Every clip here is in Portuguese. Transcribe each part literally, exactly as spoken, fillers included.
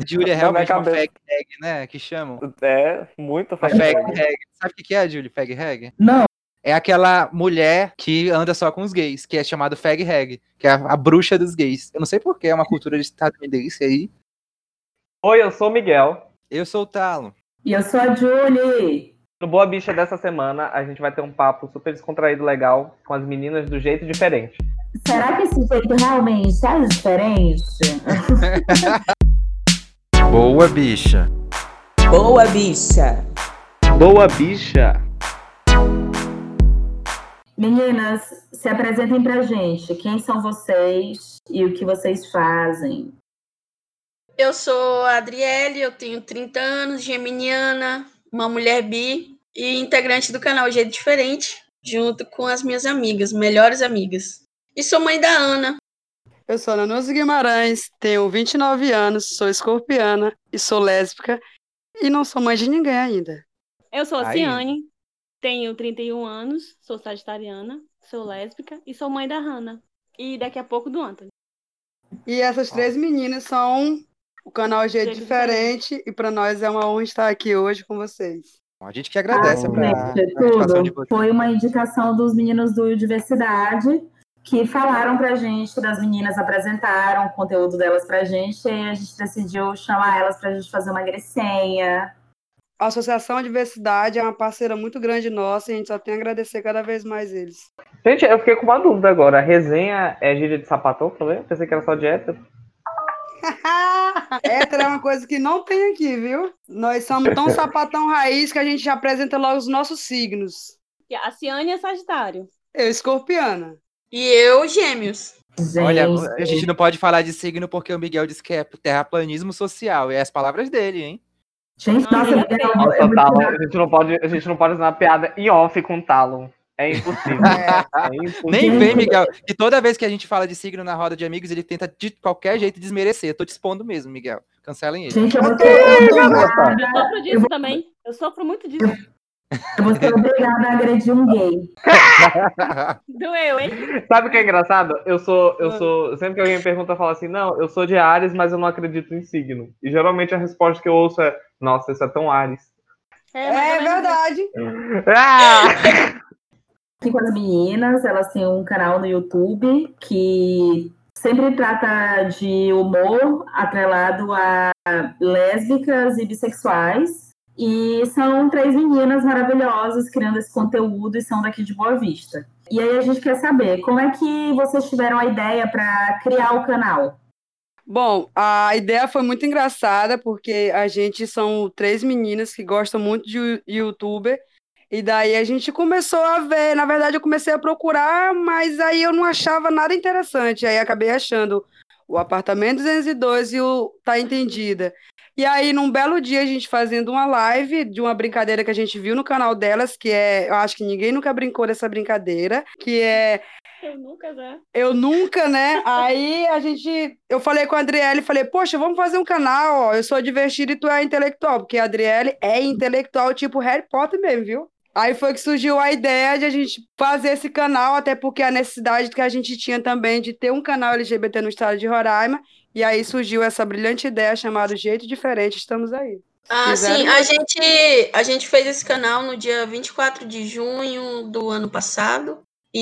Julie é realmente uma fag hag, né? Que chamam. É, muito fag hag. Sabe o que é a Julie, fag hag? Não. É aquela mulher que anda só com os gays, que é chamado fag hag, que é a, a bruxa dos gays. Eu não sei porquê, é uma cultura estadunidense aí. Oi, eu sou o Miguel. Eu sou o Talo. E eu sou a Julie. No Boa Bicha dessa semana, a gente vai ter um papo super descontraído, legal, com as meninas do jeito diferente. Será que esse jeito realmente é diferente? Boa Bicha. Boa Bicha. Boa Bicha. Meninas, se apresentem pra gente. Quem são vocês e o que vocês fazem? Eu sou a Adriele, eu tenho trinta anos, geminiana, uma mulher bi e integrante do canal Jeito Diferente, junto com as minhas amigas, melhores amigas. E sou mãe da Ana. Eu sou a Nanusa Guimarães, tenho vinte e nove anos, sou escorpiana e sou lésbica e não sou mãe de ninguém ainda. Eu sou a Aí. Ciane, tenho trinta e um anos, sou sagitariana, sou lésbica e sou mãe da Hannah. E daqui a pouco do Anthony. E essas três meninas são o canal Jeito Jeito Diferente e para nós é uma honra estar aqui hoje com vocês. A gente que agradece Ah, pra, gente, pra participação de tudo. vocês. Foi uma indicação dos meninos do Diversidade que falaram pra gente, das meninas apresentaram o conteúdo delas pra gente e a gente decidiu chamar elas pra gente fazer uma grecinha. A Associação Diversidade é uma parceira muito grande nossa e a gente só tem a agradecer cada vez mais eles. Gente, eu fiquei com uma dúvida agora. A resenha é gíria de sapatão também? Pensei que era só de hétero. Hétero é uma coisa que não tem aqui, viu? Nós somos tão sapatão raiz que a gente já apresenta logo os nossos signos. A Ciane é Sagitário. Eu, escorpiana. E eu, Gêmeos. Gente, Olha, a gente não pode falar de signo porque o Miguel disse que é terraplanismo social. E é as palavras dele, hein? gente, nossa, Ah, Miguel, eu Nossa, vou te Talon, dar- a gente não pode, a gente não pode usar uma piada em off com o Talon. É impossível. É impossível. Nem vem, Miguel. E toda vez que a gente fala de signo na roda de amigos, ele tenta de qualquer jeito desmerecer. Eu tô te expondo mesmo, Miguel. Cancelem ele. Gente, eu vou ser obrigada, Eu sofro disso também. Eu sofro muito disso. eu vou ser obrigada a agredir um gay. Doeu, hein? Sabe o que é engraçado? Eu sou, eu sou. Sempre que alguém me pergunta, eu falo assim: não, eu sou de Áries, mas eu não acredito em signo. E geralmente a resposta que eu ouço é: nossa, isso é tão Áries. É, mais ou É menos verdade. Ah! Aqui com as meninas, elas têm um canal no YouTube que sempre trata de humor atrelado a lésbicas e bissexuais. E são três meninas maravilhosas criando esse conteúdo e são daqui de Boa Vista. E aí a gente quer saber, como é que vocês tiveram a ideia para criar o canal? Bom, a ideia foi muito engraçada, porque a gente são três meninas que gostam muito de youtuber, e daí a gente começou a ver, na verdade eu comecei a procurar, mas aí eu não achava nada interessante, aí acabei achando o Apartamento duzentos e dois e o Tá Entendida. E aí, num belo dia, a gente fazendo uma live de uma brincadeira que a gente viu no canal delas, que é, eu acho que ninguém nunca brincou dessa brincadeira, que é Eu nunca, né? Eu nunca, né? Aí a gente. Eu falei com a Adriele, falei, poxa, vamos fazer um canal, ó. Eu sou divertida e tu é intelectual, porque a Adriele é intelectual, tipo Harry Potter mesmo, viu? Aí foi que surgiu a ideia de a gente fazer esse canal, até porque a necessidade que a gente tinha também de ter um canal L G B T no estado de Roraima. E aí surgiu essa brilhante ideia chamada Jeito Diferente, estamos aí. Ah, Quiseram- sim, a gente, a gente fez esse canal no dia vinte e quatro de junho do ano passado.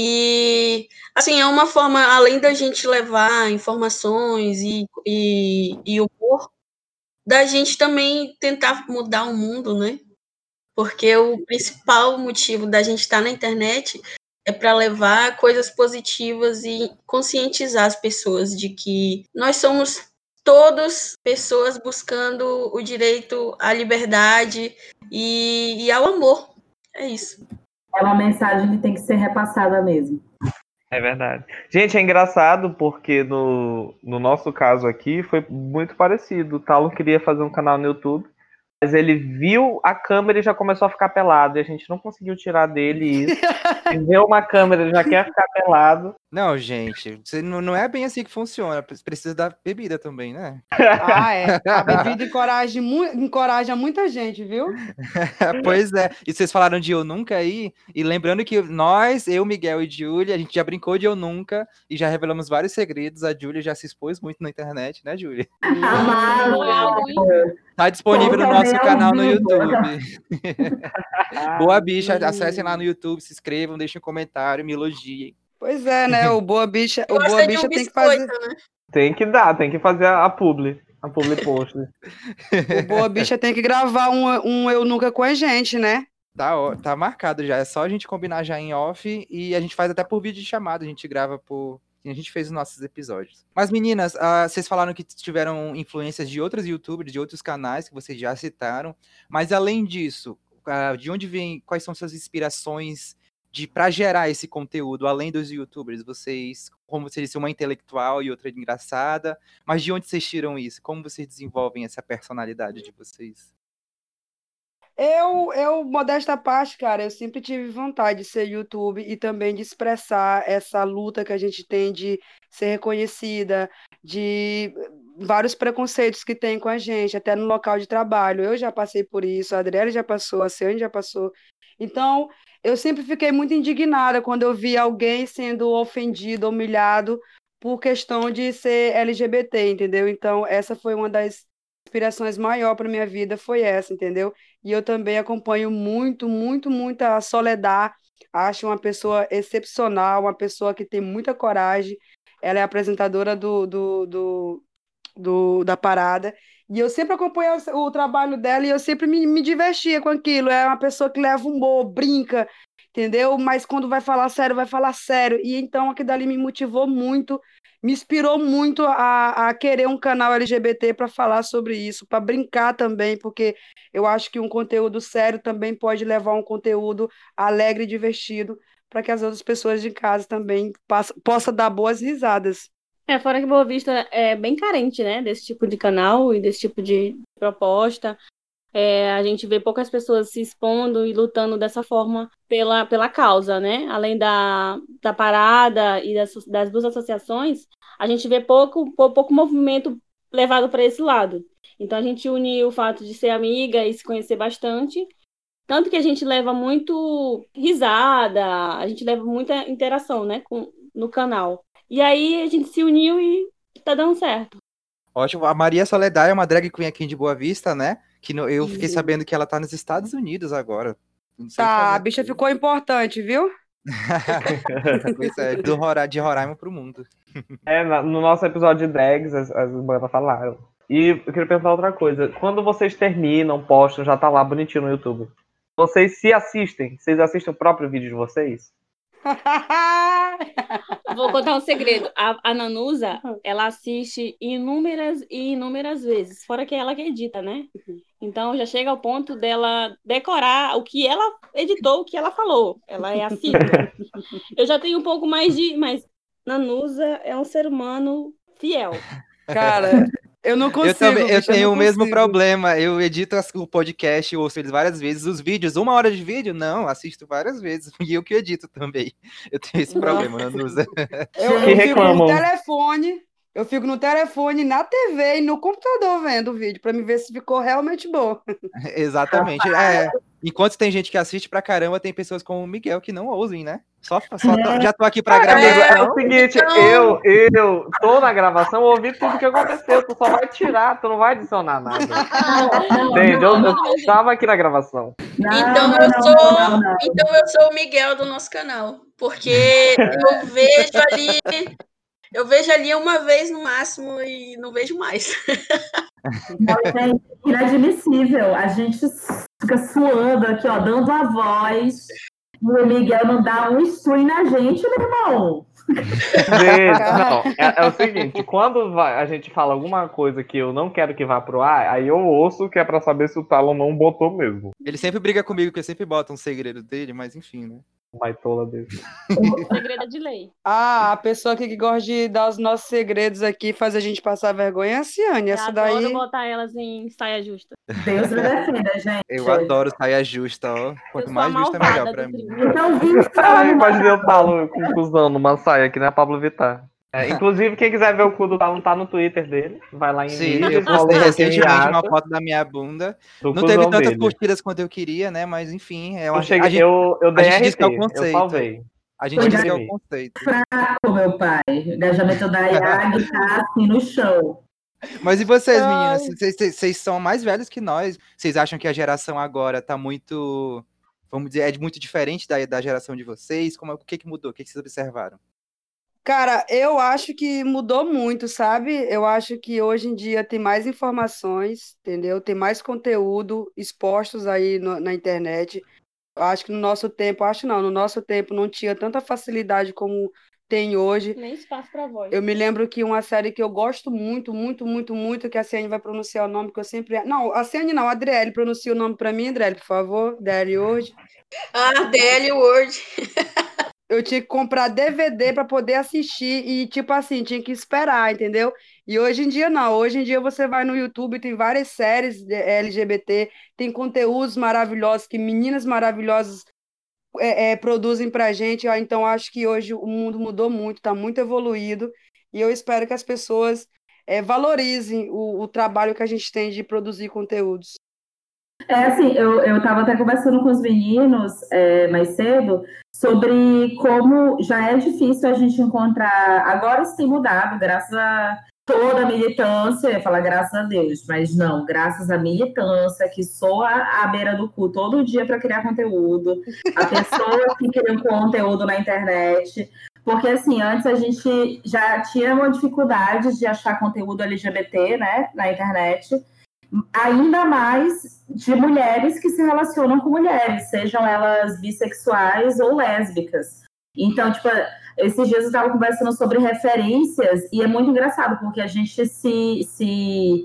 E, assim, é uma forma, além da gente levar informações e, e, e humor, da gente também tentar mudar o mundo, né? Porque o principal motivo da gente estar na internet é para levar coisas positivas e conscientizar as pessoas de que nós somos todos pessoas buscando o direito à liberdade e, e ao amor. É isso. É uma mensagem que tem que ser repassada mesmo. É verdade. Gente, é engraçado porque no, no nosso caso aqui foi muito parecido. O Talo queria fazer um canal no YouTube, mas ele viu a câmera e já começou a ficar pelado. E a gente não conseguiu tirar dele isso. Se vê uma câmera, ele já quer ficar pelado. Não, gente, você não, não é bem assim que funciona. Precisa da bebida também, né? Ah, é. A bebida encoraja, mu- encoraja muita gente, viu? Pois é. E vocês falaram de Eu Nunca aí. E lembrando que nós, eu, Miguel e Júlia, a gente já brincou de Eu Nunca e já revelamos vários segredos. A Júlia já se expôs muito na internet, né, Júlia? Amado. Foi algo Tá disponível no Pô, nosso também canal ao no vivo. YouTube. Boa Bicha, acessem lá no YouTube, se inscrevam, deixem um comentário, me elogiem. Pois é, né? O Boa Bicha, o Gosta Boa de Bicha um tem que biscoito, fazer. né? Tem que dar, tem que fazer a, a publi. A publi post. O Boa Bicha tem que gravar um, um Eu Nunca com a gente, né? Tá, ó, tá marcado já, é só a gente combinar já em off e a gente faz até por vídeo de chamada, a gente grava por... A gente fez os nossos episódios. Mas meninas, ah, vocês falaram que tiveram influências de outros youtubers, de outros canais que vocês já citaram, mas além disso, ah, de onde vem, quais são suas inspirações de para gerar esse conteúdo, além dos youtubers? Vocês, como você disse, uma intelectual e outra engraçada, mas de onde vocês tiram isso? Como vocês desenvolvem essa personalidade de vocês? Eu, eu, modesta parte, cara, eu sempre tive vontade de ser YouTube e também de expressar essa luta que a gente tem de ser reconhecida, de vários preconceitos que tem com a gente, até no local de trabalho. Eu já passei por isso, a Adriele já passou, a Ciane já passou. Então, eu sempre fiquei muito indignada quando eu vi alguém sendo ofendido, humilhado por questão de ser L G B T, entendeu? Então, essa foi uma das inspirações maior para minha vida, foi essa, entendeu? E eu também acompanho muito, muito, muito a Soledad. Acho uma pessoa excepcional, uma pessoa que tem muita coragem. Ela é apresentadora do, do, do, do- da parada. E eu sempre acompanho o, o trabalho dela e eu sempre me, me divertia com aquilo. É uma pessoa que leva humor, brinca, entendeu? Mas quando vai falar sério, vai falar sério. E então aquilo dali me motivou muito, me inspirou muito a, a querer um canal L G B T para falar sobre isso, para brincar também, porque eu acho que um conteúdo sério também pode levar um conteúdo alegre e divertido para que as outras pessoas de casa também pass- possam dar boas risadas. É, fora que Boa Vista é bem carente, né, desse tipo de canal e desse tipo de proposta. É, a gente vê poucas pessoas se expondo e lutando dessa forma pela, pela causa, né? Além da, da parada e das, das duas associações, a gente vê pouco, pou- pouco movimento levado para esse lado. Então a gente une o fato de ser amiga e se conhecer bastante, tanto que a gente leva muito risada, a gente leva muita interação, né, com, no canal. E aí a gente se uniu e tá dando certo. Ótimo. A Maria Soledad é uma drag queen aqui de Boa Vista, né? Que no- eu fiquei Isso. sabendo que ela tá nos Estados Unidos agora. Não sei Tá, a fazer. bicha ficou importante, viu? Pois é, do Rora- de Roraima pro mundo. É, na- no nosso episódio de drags, as, as bandas falaram. E eu queria perguntar outra coisa. Quando vocês terminam, postam, já tá lá bonitinho no YouTube. Vocês se assistem? Vocês assistem o próprio vídeo de vocês? Vou contar um segredo. A, a Nanusa, ela assiste inúmeras e inúmeras vezes, fora que é ela que edita, né? Então já chega ao ponto dela decorar o que ela editou, o que ela falou. Ela é assim. Eu já tenho um pouco mais de... Mas Nanusa é um ser humano fiel. Cara, eu não consigo. Eu também, eu bicha, tenho não o mesmo consigo. problema. Eu edito as- o podcast, eu ouço eles várias vezes. Os vídeos, uma hora de vídeo, não, assisto várias vezes. E eu que edito também. Eu tenho esse problema, Nanusa. Eu, Que eu fico reclamam. no telefone, eu fico no telefone, na T V e no computador vendo o vídeo, pra me ver se ficou realmente bom. Exatamente. É, enquanto tem gente que assiste pra caramba, tem pessoas como o Miguel que não ousem, né? Só, só tô- já tô aqui pra Amigo, gravar. é o seguinte, então- eu, eu tô na gravação, eu ouvi tudo que aconteceu, tu só vai tirar, tu não vai adicionar nada. Entendeu? Eu estava aqui na gravação. Não, Então não, eu não, sou, não, não. então eu sou o Miguel do nosso canal, porque eu vejo ali, eu vejo ali uma vez no máximo e não vejo mais. Não, gente, inadmissível. A gente fica suando aqui, ó, dando a voz. E o Miguel não dá um stream na gente, meu irmão. Gente, não, é, é o seguinte, quando vai- a gente fala alguma coisa que eu não quero que vá pro ar, aí eu ouço que é pra saber se o Talon não botou mesmo. Ele sempre briga comigo, porque eu sempre boto um segredo dele, mas enfim, né? Baitola dele. Segredo de lei. Ah, a pessoa aqui que gosta de dar os nossos segredos aqui, faz a gente passar vergonha é a Ciane. Eu Essa adoro daí. botar elas em saia justa. Deus me defenda, gente. Eu adoro saia justa, ó. Quanto sou mais a justa, malvada melhor do pra mim. trio. Então, vim Ah, falar imaginei o Talon com um cuzão numa saia que nem a Pablo Vittar. É, inclusive, quem quiser ver o cu do Talon tá no Twitter dele. Vai lá em Sim, vídeos, eu fala postei o que recentemente acha uma foto da minha bunda. do Não cuzão teve tantas dele. curtidas quanto eu queria, né? Mas enfim, é Eu, uma... cheguei, a gente, eu, eu dei a gente diz R T, que é o eu conceito. salvei. a gente eu diz já- que é o conceito. fraco, meu pai. O engajamento da I A G tá assim no chão. Mas e vocês, Ai. meninas? Vocês- Vocês vocês são mais velhos que nós. Vocês acham que a geração agora tá muito, vamos dizer, é muito diferente da, da geração de vocês? Como, é- o que que mudou? O que que vocês observaram? Cara, eu acho que mudou muito, sabe? Eu acho que hoje em dia tem mais informações, entendeu? Tem mais conteúdo expostos aí no- na internet. Eu acho que no nosso tempo, acho não, no nosso tempo não tinha tanta facilidade como tem hoje. Nem espaço pra voz. Eu me lembro que uma série que eu gosto muito, muito, muito, muito, que a Ciane vai pronunciar o nome que eu sempre. Não, a Ciane não, a Adriele, pronuncia o nome pra mim, Adriele, por favor. Adriele hoje. Ah, D L Word. Eu tinha que comprar D V D para poder assistir e, tipo assim, tinha que esperar, entendeu? E hoje em dia não. Hoje em dia você vai no YouTube, tem várias séries de L G B T, tem conteúdos maravilhosos que meninas maravilhosas é, é, produzem pra gente. Ah, então acho que hoje o mundo mudou muito, está muito evoluído e eu espero que as pessoas é, valorizem o, o trabalho que a gente tem de produzir conteúdos. É assim, eu, eu tava até conversando com os meninos é, mais cedo sobre como já é difícil a gente encontrar. Agora isso tem mudado, graças a toda a militância, eu ia falar graças a Deus, mas não, graças à militância que soa à beira do cu todo dia para criar conteúdo, a pessoa que cria um conteúdo na internet. Porque, assim, antes a gente já tinha uma dificuldade de achar conteúdo L G B T, né, na internet. Ainda mais de mulheres que se relacionam com mulheres, sejam elas bissexuais ou lésbicas. Então, tipo, esses dias eu estava conversando sobre referências e é muito engraçado, porque a gente se... se,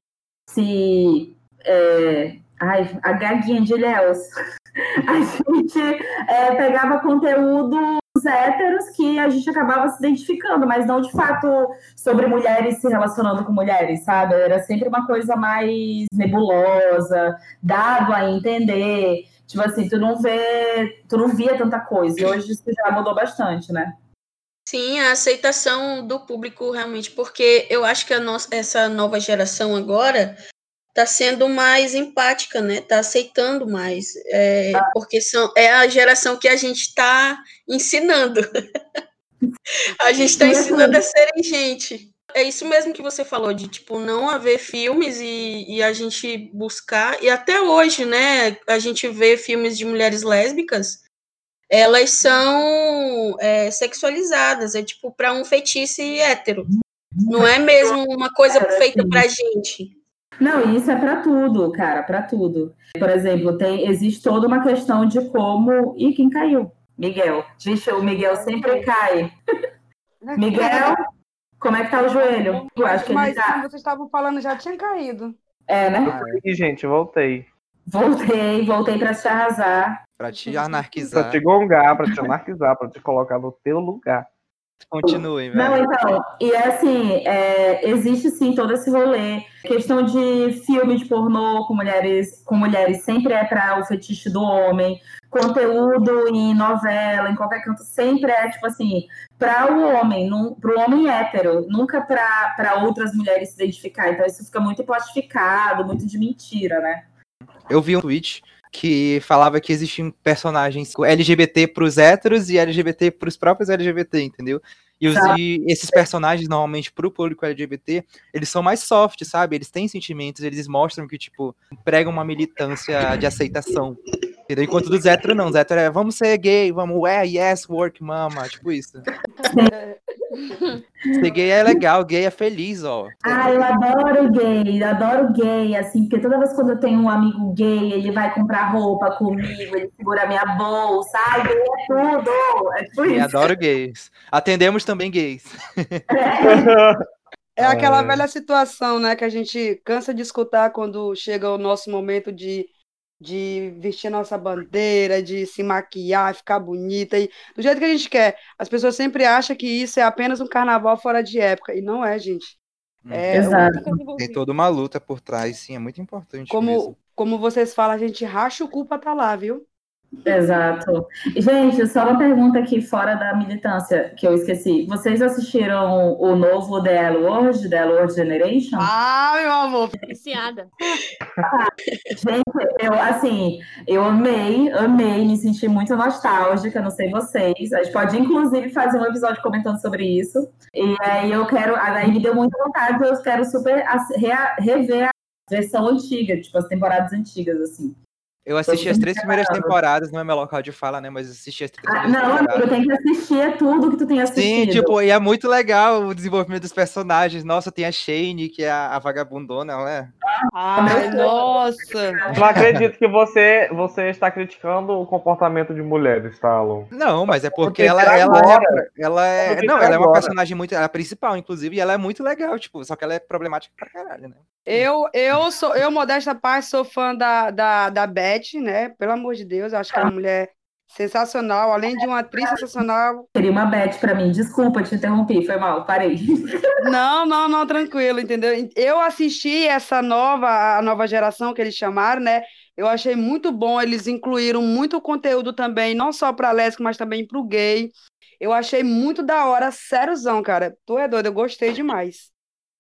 se é... Ai, a gaguinha de Léus. A gente é, pegava conteúdos héteros que a gente acabava se identificando, mas não de fato sobre mulheres se relacionando com mulheres, sabe? Era sempre uma coisa mais nebulosa, dado a entender. Tipo assim, tu não vê, tu não via tanta coisa. E hoje isso já mudou bastante, né? Sim, a aceitação do público realmente, porque eu acho que a nossa, essa nova geração agora está sendo mais empática, né? Está aceitando mais, é, porque são, é a geração que a gente está ensinando. A gente está ensinando a serem gente. É isso mesmo que você falou, de tipo, não haver filmes e, e a gente buscar, e até hoje, né, a gente vê filmes de mulheres lésbicas, elas são é, sexualizadas, é tipo para um fetiche hétero. Não é mesmo uma coisa feita pra gente. Não, isso é para tudo, cara, para tudo. Por exemplo, tem, existe toda uma questão de como... Ih, quem caiu? Miguel. Gente, o Miguel sempre cai. Miguel, como é que tá o joelho? Eu acho que ele Mas tá... como vocês estavam falando, já tinha caído. É, né? E, gente, voltei. Voltei, voltei para te arrasar. Pra te Pra anarquizar. te gongar, pra te anarquizar, pra te colocar no teu lugar. Continuem, Não, velho. então, e assim, é, existe sim todo esse rolê. Questão de filme de pornô com mulheres, com mulheres sempre é para o fetiche do homem. Conteúdo em novela, em qualquer canto, sempre é, tipo assim, para o homem, para o homem hétero, nunca para outras mulheres se identificar. Então isso fica muito plastificado, muito de mentira, né? Eu vi um tweet que falava que existiam personagens L G B T pros héteros e L G B T pros próprios L G B T, entendeu? E, os, e esses personagens, normalmente, pro público L G B T, eles são mais soft, sabe? Eles têm sentimentos, eles mostram que, tipo, pregam uma militância de aceitação. Entendeu? Enquanto dos héteros, não. Os héteros é, vamos ser gay, vamos, é, yes, work, mama, tipo isso. Ser gay é legal, gay é feliz, ó. Ah, eu adoro gay, eu adoro gay, assim, porque toda vez quando eu tenho um amigo gay, ele vai comprar roupa comigo, ele segura minha bolsa, ai, gay é tudo, é por Eu isso. adoro gays. Atendemos também gays. É aquela velha situação, né, que a gente cansa de escutar quando chega o nosso momento de, de vestir nossa bandeira, de se maquiar, ficar bonita, e do jeito que a gente quer. As pessoas sempre acham que isso é apenas um carnaval fora de época, e não é, gente. É, Exato. Tem toda uma luta por trás, sim, é muito importante como, mesmo. como vocês falam, a gente racha o cu pra tá lá, viu? Exato. Gente, só uma pergunta aqui fora da militância que eu esqueci. Vocês assistiram o novo The L Word, The L Word Generation? Ah, meu amor. Viciada. Gente, eu assim, eu amei, amei, me senti muito nostálgica, não sei vocês. A gente pode inclusive fazer um episódio comentando sobre isso. E aí eu quero, aí me deu muita vontade, eu quero super ass- rea- rever a versão antiga, tipo as temporadas antigas, assim. Eu assisti Tô as três super primeiras preparada. temporadas, não é meu local de fala, né? Mas eu assisti as três Ah, primeiras não, amigo, temporadas. tem que assistir é tudo que tu tem assistido. Sim, tipo, e é muito legal o desenvolvimento dos personagens. Nossa, tem a Shane, que é a, a vagabundona, não é? Ai, nossa. Eu não acredito que você, você está criticando o comportamento de mulheres, tá, Alon? Não, mas é porque tem ela, que ser ela, agora. é, ela é. Tem que Não, ser ela é uma agora. personagem muito. Ela é a principal, inclusive, e ela é muito legal, tipo, só que ela é problemática pra caralho, né? Eu, eu sou, eu, modesta parte, sou fã da, da, da Beth, né? Pelo amor de Deus, eu acho que ela é uma mulher sensacional, além de uma atriz sensacional. Queria uma Beth pra mim. Desculpa, te interrompi, foi mal, parei. Não, não, não, tranquilo, entendeu? Eu assisti essa nova, a nova geração que eles chamaram, né? Eu achei muito bom, eles incluíram muito conteúdo também, não só para lésbico, mas também para o gay. Eu achei muito da hora, sériozão, cara. Tu é doido, eu gostei demais.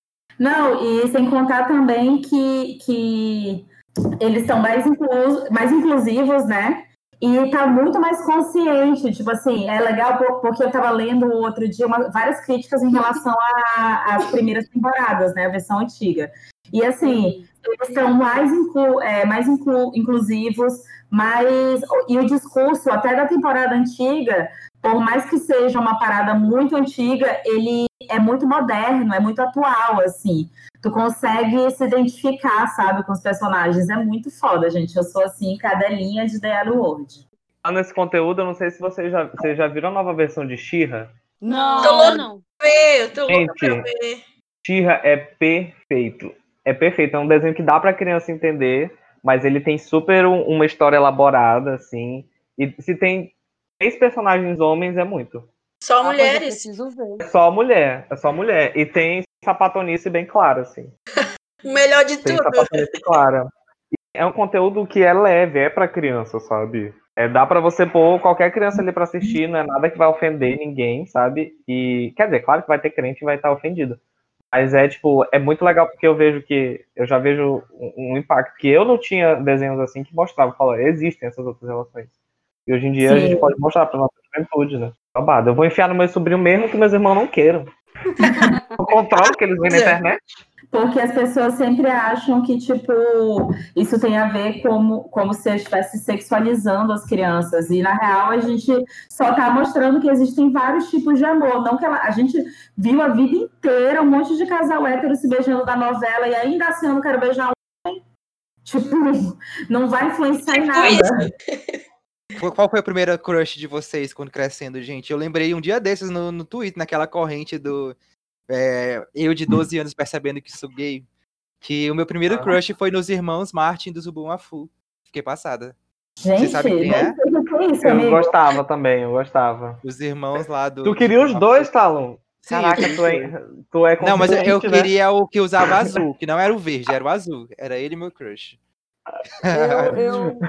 Não, e sem contar também que, que eles são mais, inclu, mais inclusivos, né? E tá muito mais consciente, tipo assim, é legal porque eu tava lendo outro dia uma, várias críticas em relação às primeiras temporadas, né? A versão antiga. E assim, eles são mais, inclu, é, mais inclu, inclusivos, mais. E o discurso, até da temporada antiga, por mais que seja uma parada muito antiga, ele é muito moderno, é muito atual, assim. Tu consegue se identificar, sabe, com os personagens. É muito foda, gente. Eu sou, assim, cadelinha de The L Word. Nesse conteúdo, eu não sei se vocês já, vocês já viram a nova versão de She-Ra. Não, Tô louca não. pra ver, tô louca Gente, pra ver. She-Ra é perfeito. É perfeito. É um desenho que dá pra criança entender, mas ele tem super um- uma história elaborada, assim. E se tem três personagens homens, é muito. Só Ah, pois eu mulheres. preciso ver. É só mulher, é só mulher. E tem sapatonice bem clara, assim. O melhor de Tem tudo. sapatonice clara. É um conteúdo que é leve, é pra criança, sabe? É, dá pra você pôr qualquer criança ali pra assistir, não é nada que vai ofender ninguém, sabe? E, quer dizer, claro que vai ter crente que vai estar ofendido. Mas é, tipo, é muito legal porque eu vejo que, eu já vejo um, um impacto que eu não tinha desenhos assim que mostrava, falou, existem essas outras relações. E hoje em dia Sim. a gente pode mostrar pra nossa juventude, né? Babado. Eu vou enfiar no meu sobrinho mesmo que meus irmãos não queiram. Eu controlo que eles veem na internet. Porque as pessoas sempre acham que, tipo, isso tem a ver como, como se eu estivesse sexualizando as crianças. E, na real, a gente só tá mostrando que existem vários tipos de amor. Não que ela, a gente viu a vida inteira um monte de casal hétero se beijando na novela e ainda assim eu não quero beijar um homem. Tipo, não vai influenciar em Tipo nada. isso. Foi- Qual foi a primeira crush de vocês quando crescendo, gente? Eu lembrei um dia desses no, no Twitter, naquela corrente do é, eu de doze anos percebendo que sou gay, que o meu primeiro Ah. crush foi nos irmãos Martin do Zubumafu. Fiquei passada. Gente, sabe quem nem é? sei o que é isso, Eu amigo. gostava também, eu gostava. Os irmãos lá do. Tu do queria os Zubumafu. dois, Talon? Sim, eu Caraca, queria tu os é, dois. tu é Não, mas eu, eu consciente, né? queria o que usava azul, que não era o verde, era o azul. Era ele meu crush. Eu, eu,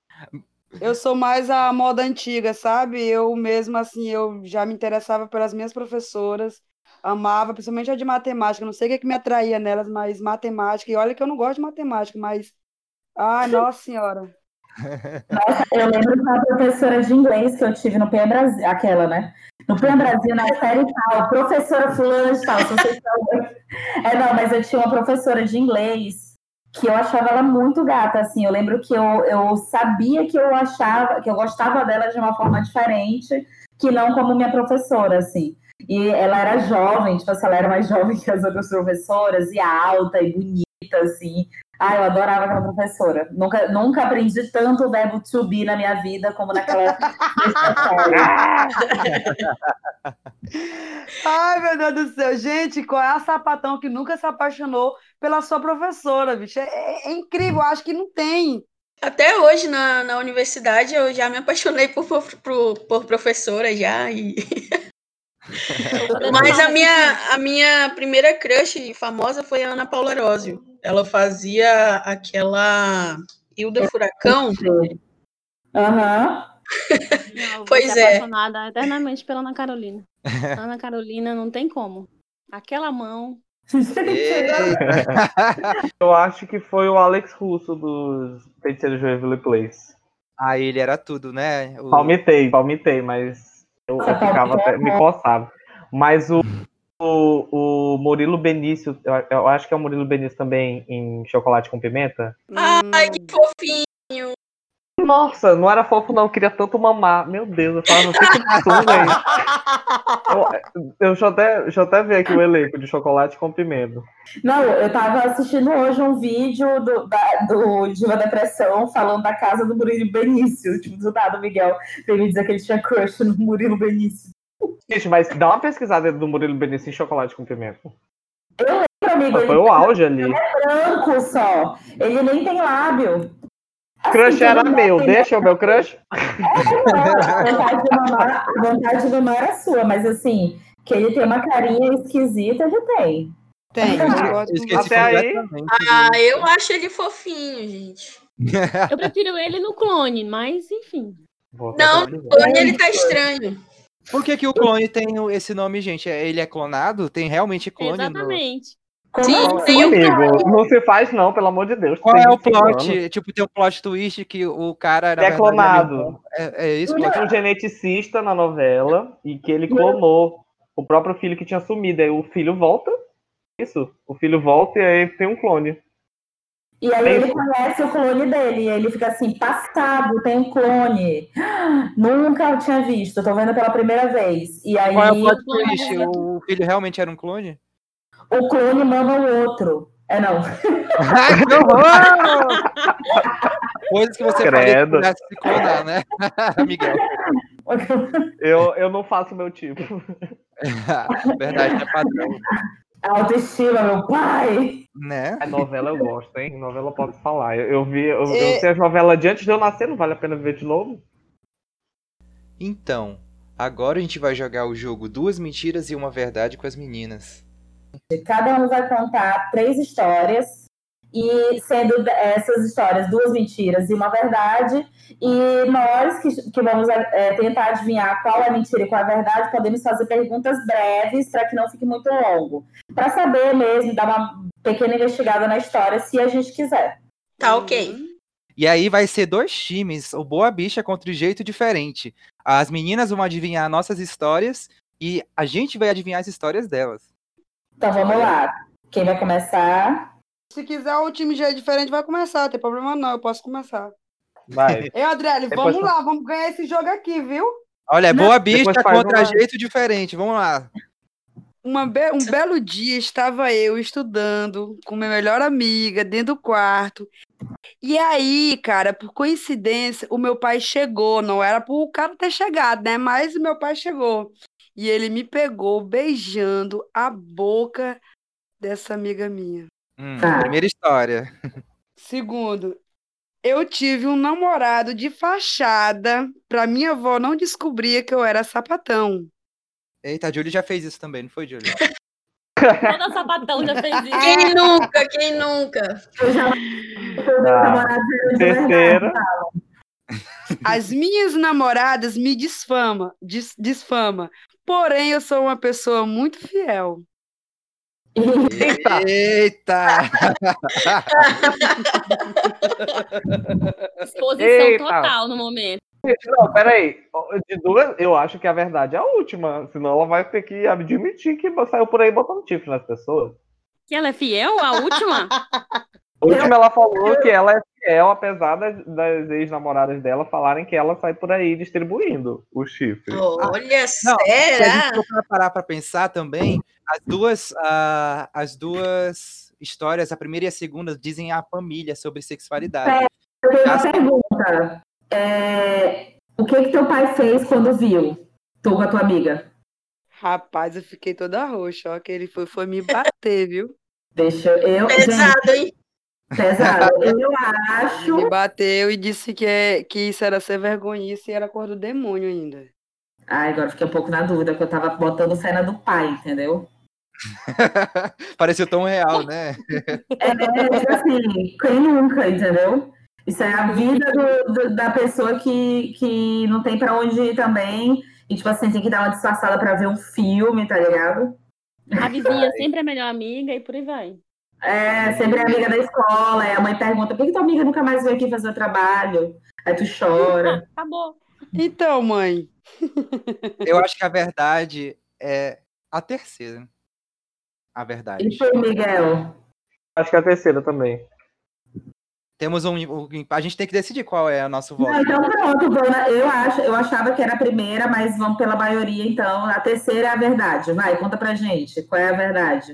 eu sou mais a moda antiga, sabe? Eu mesmo, assim, eu já me interessava pelas minhas professoras, amava, principalmente a de matemática. Não sei o que, que me atraía nelas, mas matemática. E olha que eu não gosto de matemática, mas. Ai, nossa senhora. Nossa, eu lembro de uma professora de inglês que eu tive no P E Brasil, aquela, né? No P E Brasil, na série tal, professora fulana de tal, se vocês sabem. É, não, mas eu tinha uma professora de inglês que eu achava ela muito gata, assim. Eu lembro que eu, eu sabia que eu achava, que eu gostava dela de uma forma diferente, que não como minha professora, assim. E ela era jovem, tipo assim, ela era mais jovem que as outras professoras, e alta, e bonita, assim. Ah, eu adorava aquela professora. Nunca, nunca aprendi tanto o verbo to be na minha vida como naquela. Ai, meu Deus do céu. Gente, qual é a sapatão que nunca se apaixonou pela sua professora, bicho? É, é- é incrível, eu acho que não tem. Até hoje, na, na universidade, eu já me apaixonei por, por, por, por professora já. E... Mas a minha, a minha primeira crush famosa foi a Ana Paula Arósio. Ela fazia aquela Hilda Furacão. Aham. Não, eu vou Pois ser é. apaixonada eternamente pela Ana Carolina. Ana Carolina não tem como. Aquela mão. Eu acho que foi o Alex Russo dos Feiticeiros de Waverly Place. Ah, ele era tudo, né? O... Palmitei, palmitei, mas eu, eu ficava até, me coçava. Mas o, o, o Murilo Benício, eu, eu acho que é o Murilo Benício também em Chocolate com Pimenta. Ai, que fofinho. Nossa, não era fofo não, eu queria tanto mamar. Meu Deus, eu falava, fica isso, velho. Eu, eu deixa, eu até, deixa eu até ver aqui o elenco de Chocolate com Pimenta. Não, eu tava assistindo hoje um vídeo do, da, do Diva Depressão falando da casa do Murilo Benício. Tipo, do nada, o Miguel veio me dizer que ele tinha crush no Murilo Benício. Gente, mas dá uma pesquisada do Murilo Benício em Chocolate com Pimenta. Eu lembro, amigo, Foi ele o auge ali. é branco só. Ele nem tem lábio. Assim, Crush era tudo meu, bem, deixa o meu crush. É, não, a vontade de mamar, a vontade de mamar era sua, mas assim, que ele tem uma carinha esquisita, ele tem. Tem, Eu concordo com esqueci Até aí- completamente. Ah, do- eu acho ele fofinho, gente. Eu prefiro ele no clone, mas enfim. Vou Não, pesquisar. o clone ele tá estranho. Por que, que o clone tem o- esse nome, gente? É- Ele é clonado? Tem realmente clone? no- Exatamente. Como Sim, assim? tem o Amigo, não se faz não, pelo amor de Deus. Qual tem é o vinte e cinco anos. plot? Tipo, tem um plot twist que o cara, na Ele é verdade, clonado. meio- É, é isso, plot Tinha um geneticista na novela e que ele clonou o próprio filho que tinha sumido. Aí o filho volta. Isso. O filho volta e aí tem um clone. E aí É ele isso. conhece o clone dele, e ele fica assim, passado, tem um clone. Nunca eu tinha visto, tô vendo pela primeira vez. E aí Qual é o plot clone twist? dele. O filho realmente era um clone? o clone mama o outro. É não. Ai, que horror! Coisas que você faria se Credo. pudesse se clonar, né, Miguel? Eu, eu não faço meu tipo. Verdade, é padrão, Autoestima, meu pai. né? A novela eu gosto, hein? Novela eu posso falar. Eu, eu vi, eu, É. eu sei as novelas de antes de eu nascer, não vale a pena ver de novo. Então, agora a gente vai jogar o jogo Duas Mentiras e Uma Verdade com as meninas. Cada um vai contar três histórias, e sendo essas histórias duas mentiras e uma verdade, e nós que, que vamos é, tentar adivinhar qual é a mentira e qual é a verdade, podemos fazer perguntas breves para que não fique muito longo, para saber mesmo, dar uma pequena investigada na história, se a gente quiser. Tá ok. E aí vai ser dois times, o Boa Bicha contra o Jeito Diferente. As meninas vão adivinhar nossas histórias e a gente vai adivinhar as histórias delas. Então vamos lá. Quem vai começar? Se quiser, o time já é diferente, vai começar. Não tem problema não, eu posso começar. Vai. Ei, Adriele, Depois vamos fa- lá, vamos ganhar esse jogo aqui, viu? Olha, é Não, Boa Bicha depois faz contra uma- Jeito Diferente. Vamos lá. Uma be- um belo dia estava eu estudando com minha melhor amiga dentro do quarto. E aí, cara, por coincidência, o meu pai chegou. Não era pro cara ter chegado, né? Mas o meu pai chegou. E ele me pegou beijando a boca dessa amiga minha. Hum, Tá. primeira história. Segundo, eu tive um namorado de fachada pra minha avó não descobrir que eu era sapatão. Eita, a Julie já fez isso também, não foi, Julie? Toda sapatão já fez isso. Quem nunca? Quem nunca? Eu já Tá. Terceira. As minhas namoradas me desfama, des- desfama. Porém, eu sou uma pessoa muito fiel. Eita. Eita! Exposição Eita. total no momento. Não, peraí. De duas, eu acho que a verdade é a última. Senão ela vai ter que admitir que saiu por aí botando chifre nas pessoas. Que ela é fiel, a última? A última ela falou que ela é fiel, apesar das, das ex-namoradas dela falarem que ela sai por aí distribuindo o chifre. Olha, Não, se a será? gente for pra parar pra pensar também, as duas, ah, as duas histórias, a primeira e a segunda, dizem a família sobre sexualidade. Eu tenho uma As- pergunta. É, o que que teu pai fez quando viu tu com a tua amiga? Rapaz, eu fiquei toda roxa, ó, que ele foi, foi me bater, viu? Deixa eu. Pesado, hein? Gente, pesado. Eu acho. Me bateu e disse que, é, que isso era ser vergonhice e era cor do demônio ainda. Ai, agora fiquei um pouco na dúvida, porque eu tava botando cena do pai, entendeu? Pareceu tão real, né? É, tipo assim, quem nunca, entendeu? Isso é a vida do, do, da pessoa que, que não tem pra onde ir também. E, tipo assim, tem que dar uma disfarçada pra ver um filme, tá ligado? A vizinha sempre é a melhor amiga e por aí vai. É, sempre é amiga da escola. Aí a mãe pergunta, por que tua amiga nunca mais veio aqui fazer o trabalho? Aí tu chora. Ah, acabou. Então, mãe. Eu acho que a verdade é a terceira. A verdade. E tu, Miguel? Acho que é a terceira também. Temos um, um- A gente tem que decidir qual é o nosso voto. Não, então pronto, Bruna, eu, acho, eu achava que era a primeira, mas vamos pela maioria, então. A terceira é a verdade. Vai, conta pra gente. Qual é a verdade?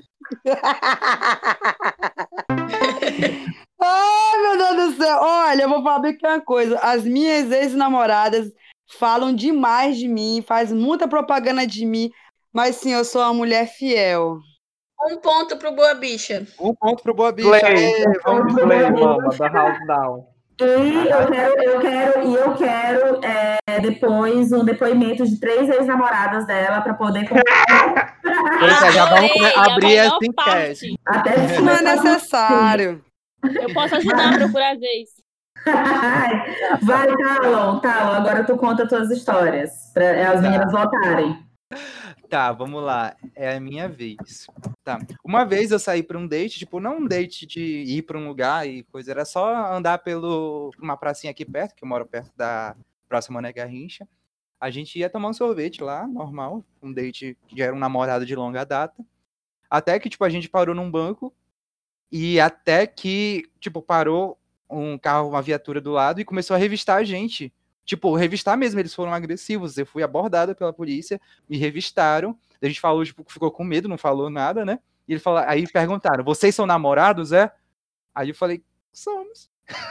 Ai, meu Deus do céu. Olha, eu vou falar bem que é uma coisa. As minhas ex-namoradas falam demais de mim, fazem muita propaganda de mim, mas sim, eu sou uma mulher fiel. Um ponto pro Boa Bicha. Um ponto pro Boa Bicha. Play, Ê, vamos play, mama, da House Down. E eu quero, eu quero, e eu quero é, depois um depoimento de três ex-namoradas dela para poder contar. Pois é, já vamos Adorei, come- abrir a essa melhor enquete. parte. Até Não é necessário. Eu posso ajudar a procurar as ex. Vai, Talon, Talon, agora tu conta tuas histórias para as meninas votarem. Tá, vamos lá. É a minha vez. Tá. Uma vez eu saí pra um date, tipo, não um date de ir pra um lugar e coisa, era só andar pelo uma pracinha aqui perto, que eu moro perto da próxima Mané Garrincha. A gente ia tomar um sorvete lá, normal, um date que era um namorado de longa data. Até que, tipo, a gente parou num banco e até que, tipo, parou um carro, uma viatura do lado e começou a revistar a gente. Tipo, revistar mesmo, eles foram agressivos. Eu fui abordado pela polícia, me revistaram. A gente falou, tipo, ficou com medo, não falou nada, né? E ele falou, aí perguntaram, vocês são namorados, é? Aí eu falei, somos.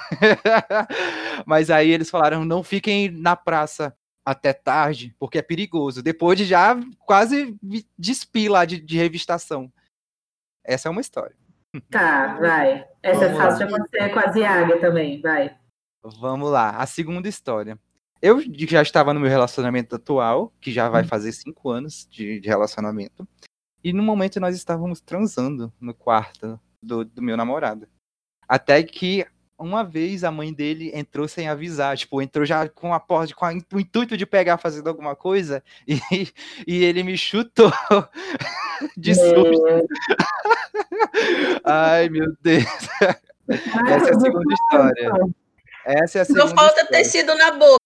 Mas aí eles falaram, não fiquem na praça até tarde, porque é perigoso. Depois de já quase despir lá de, de revistação. Essa é uma história. Tá, vai. Essa é Vamos fácil lá. de acontecer com a Ziaga também, vai. Vamos lá, a segunda história. Eu já estava no meu relacionamento atual, que já vai fazer cinco anos de, de relacionamento. E no momento nós estávamos transando no quarto do, do meu namorado. Até que uma vez a mãe dele entrou sem avisar. Tipo, entrou já com a porta, com a, o intuito de pegar fazendo alguma coisa. E, e ele me chutou de susto. Ai, meu Deus. Essa é a segunda história. Essa é a segunda Não falta história. tecido na boca.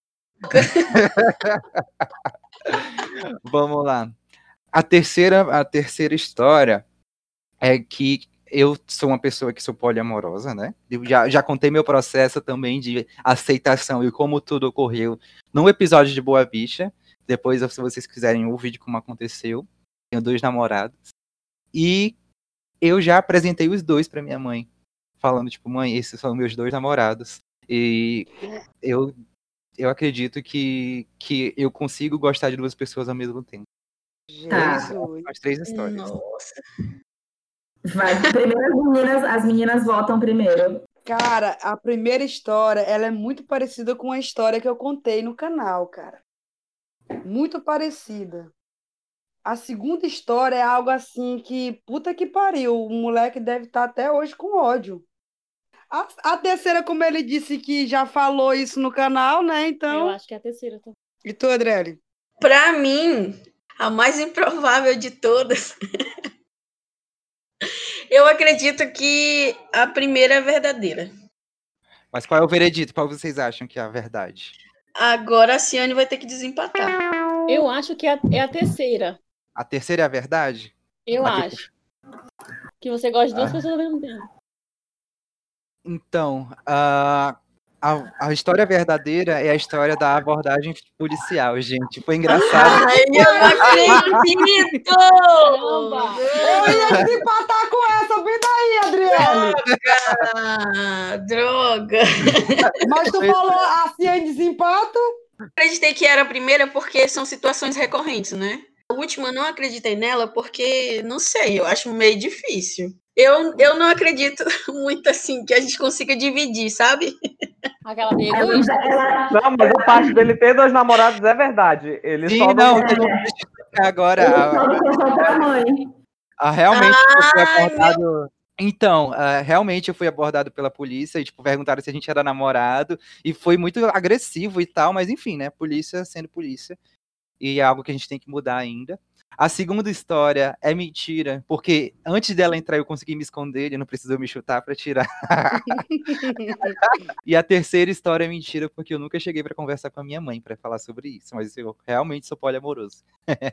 Vamos lá. A terceira, a terceira história é que eu sou uma pessoa que sou poliamorosa, né? Eu já, já contei meu processo também de aceitação e como tudo ocorreu num episódio de Boa Bicha. Depois, se vocês quiserem ouvir de como aconteceu. Tenho dois namorados. E eu já apresentei os dois para minha mãe. Falando, tipo, mãe, esses são meus dois namorados. E eu, eu acredito que, que eu consigo gostar de duas pessoas ao mesmo tempo. Tá. Jesus. As três histórias. Nossa. Vai. Primeiro as meninas, as meninas votam primeiro. Cara, a primeira história, ela é muito parecida com a história que eu contei no canal, cara. Muito parecida. A segunda história é algo assim que, puta que pariu, o moleque deve estar até hoje com ódio. A, a terceira, como ele disse que já falou isso no canal, né? Eu Então. acho que é a terceira. Tá? E tu, Adriele? Pra mim, a mais improvável de todas. Eu acredito que a primeira é verdadeira. Mas qual é o veredito? Qual vocês acham que é a verdade? Agora a Ciane vai ter que desempatar. Eu acho que é a, é a terceira. A terceira é a verdade? Eu Mas que- acho. Que você gosta de duas Ah. pessoas ao mesmo tempo. Então, a, a, a história verdadeira é a história da abordagem policial, gente. Foi engraçado. Ai, eu não acredito! Caramba! Eu ia desempatar com essa, vem daí, Adriele! Ah, droga! Mas tu falou assim em desempata? Acreditei que era a primeira porque são situações recorrentes, né? A última eu não acreditei nela porque, não sei, eu acho meio difícil. Eu, eu não acredito muito assim que a gente consiga dividir, sabe? Aquela meio Ela, egoísta. ela, Não, mas a parte dele ter dois namorados é verdade. Ele Sim, só não, não. deixa eu explicar agora. ele A, só deixou pra mãe. a- realmente foi Ai, abordado Então, uh, realmente eu fui abordado pela polícia e, tipo, perguntaram se a gente era namorado e foi muito agressivo e tal, mas enfim, né, polícia sendo polícia e é algo que a gente tem que mudar ainda. A segunda história é mentira, porque antes dela entrar eu consegui me esconder, ele não precisou me chutar pra tirar. E a terceira história é mentira, porque eu nunca cheguei pra conversar com a minha mãe pra falar sobre isso, mas eu realmente sou poliamoroso.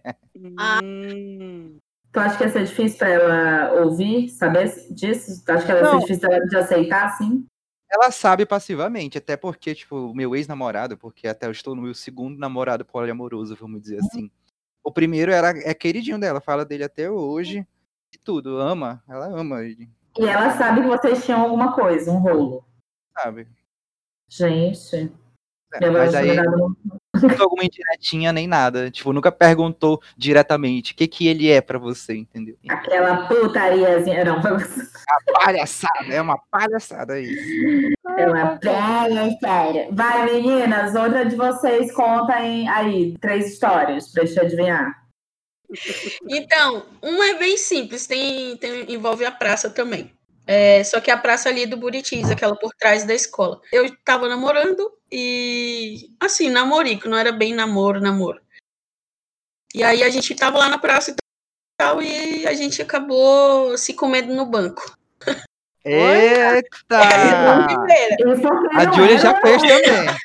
Hum. Tu acha que ia ser difícil pra ela ouvir, saber disso? Tu acha que ia ser Não. difícil ela de aceitar, assim? Ela sabe passivamente, até porque, tipo, o meu ex-namorado, porque até eu estou no meu segundo namorado poliamoroso, vamos dizer assim. O primeiro era, é queridinho dela, fala dele até hoje, e tudo, ama, ela ama ele, E ela sabe que vocês tinham alguma coisa, um rolo. sabe? Gente, É, minha mas avó aí, tinha dado um- nunca alguma indiretinha nem nada, tipo, nunca perguntou diretamente o que que ele é pra você, entendeu? aquela putariazinha. Não, Palhaçada, é uma palhaçada isso. é uma palhaçada. Vai, meninas, outra de vocês contem aí três histórias pra gente adivinhar. Então, uma é bem simples, tem, tem- envolve a praça também. É, só que a praça ali do Buritis, aquela por trás da escola. Eu tava namorando e, assim, namorico, não era bem namoro, namoro. E aí a gente tava lá na praça e tal, e a gente acabou se comendo no banco. Eita! Essa é a primeira. Isso porque A não Júlia era- já fez também.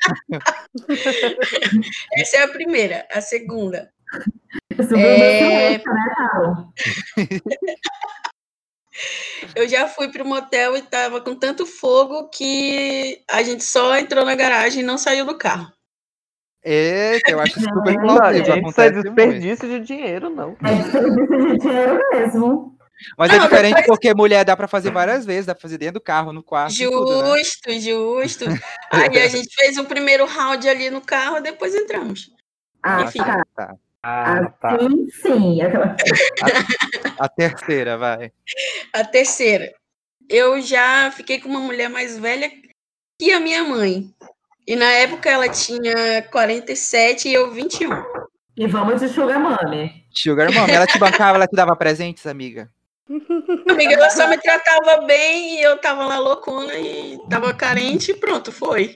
Essa é a primeira. A segunda. Isso É... é... né, Carol? Eu já fui pro motel e tava com tanto fogo que a gente só entrou na garagem e não saiu do carro. Eita, eu acho super Não, plausível, Gente, isso é acontece muito. desperdício de dinheiro, não. É desperdício de dinheiro mesmo. Mas é Não, diferente depois- porque mulher dá pra fazer várias vezes, dá pra fazer dentro do carro, no quarto e tudo, né? Justo, justo. Aí a gente fez o primeiro round ali no carro, depois entramos. Ah, Enfim. tá. tá. Ah, tá. Assim, sim. Aquela... A terceira, vai. A terceira. Eu já fiquei com uma mulher mais velha que a minha mãe. E na época ela tinha quarenta e sete e eu vinte e um. E vamos de Sugar Mommy. Sugar Mom, ela te bancava, ela te dava presentes, amiga? Amiga, ela só me tratava bem e eu tava lá loucona e tava carente e pronto, foi.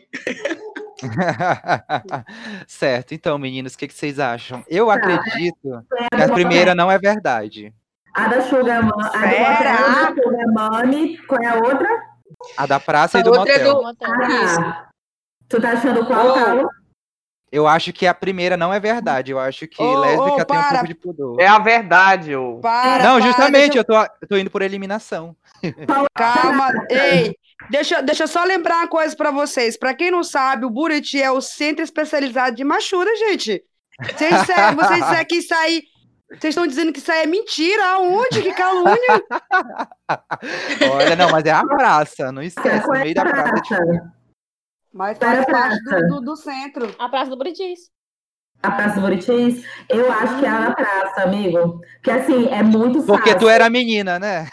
Certo, então, meninos, o que, que vocês acham? Eu acredito que a primeira não é verdade. A da Sugar Mommy. A do Será? motel da Sugar Mommy. Qual é a outra? A da praça A e do outra é motel. do- Motel. Ah, tu tá achando qual, Ô. Carlos? Eu acho que a primeira não é verdade. Eu acho que Ô, lésbica ô, tem um para. pouco de pudor. É a verdade, ô. Para, Não, para, justamente, deixa eu, tô, eu tô indo por eliminação. eu- Calma, ei, deixa, deixa eu só lembrar uma coisa pra vocês. Pra quem não sabe, o Buriti é o centro especializado de machura, gente. Vocês disseram, vocês disseram que isso aí... Vocês estão dizendo que isso aí é mentira? Aonde? Que calúnia? Olha, não, mas é a praça, não esquece, no Qual é meio da a praça. praça? Mas Para faz a parte praça. do, do, do centro. A Praça do Buritis. A Praça do Buritis? Eu acho que é a na praça, amigo. Porque assim, é muito fácil. Porque tu era menina, né?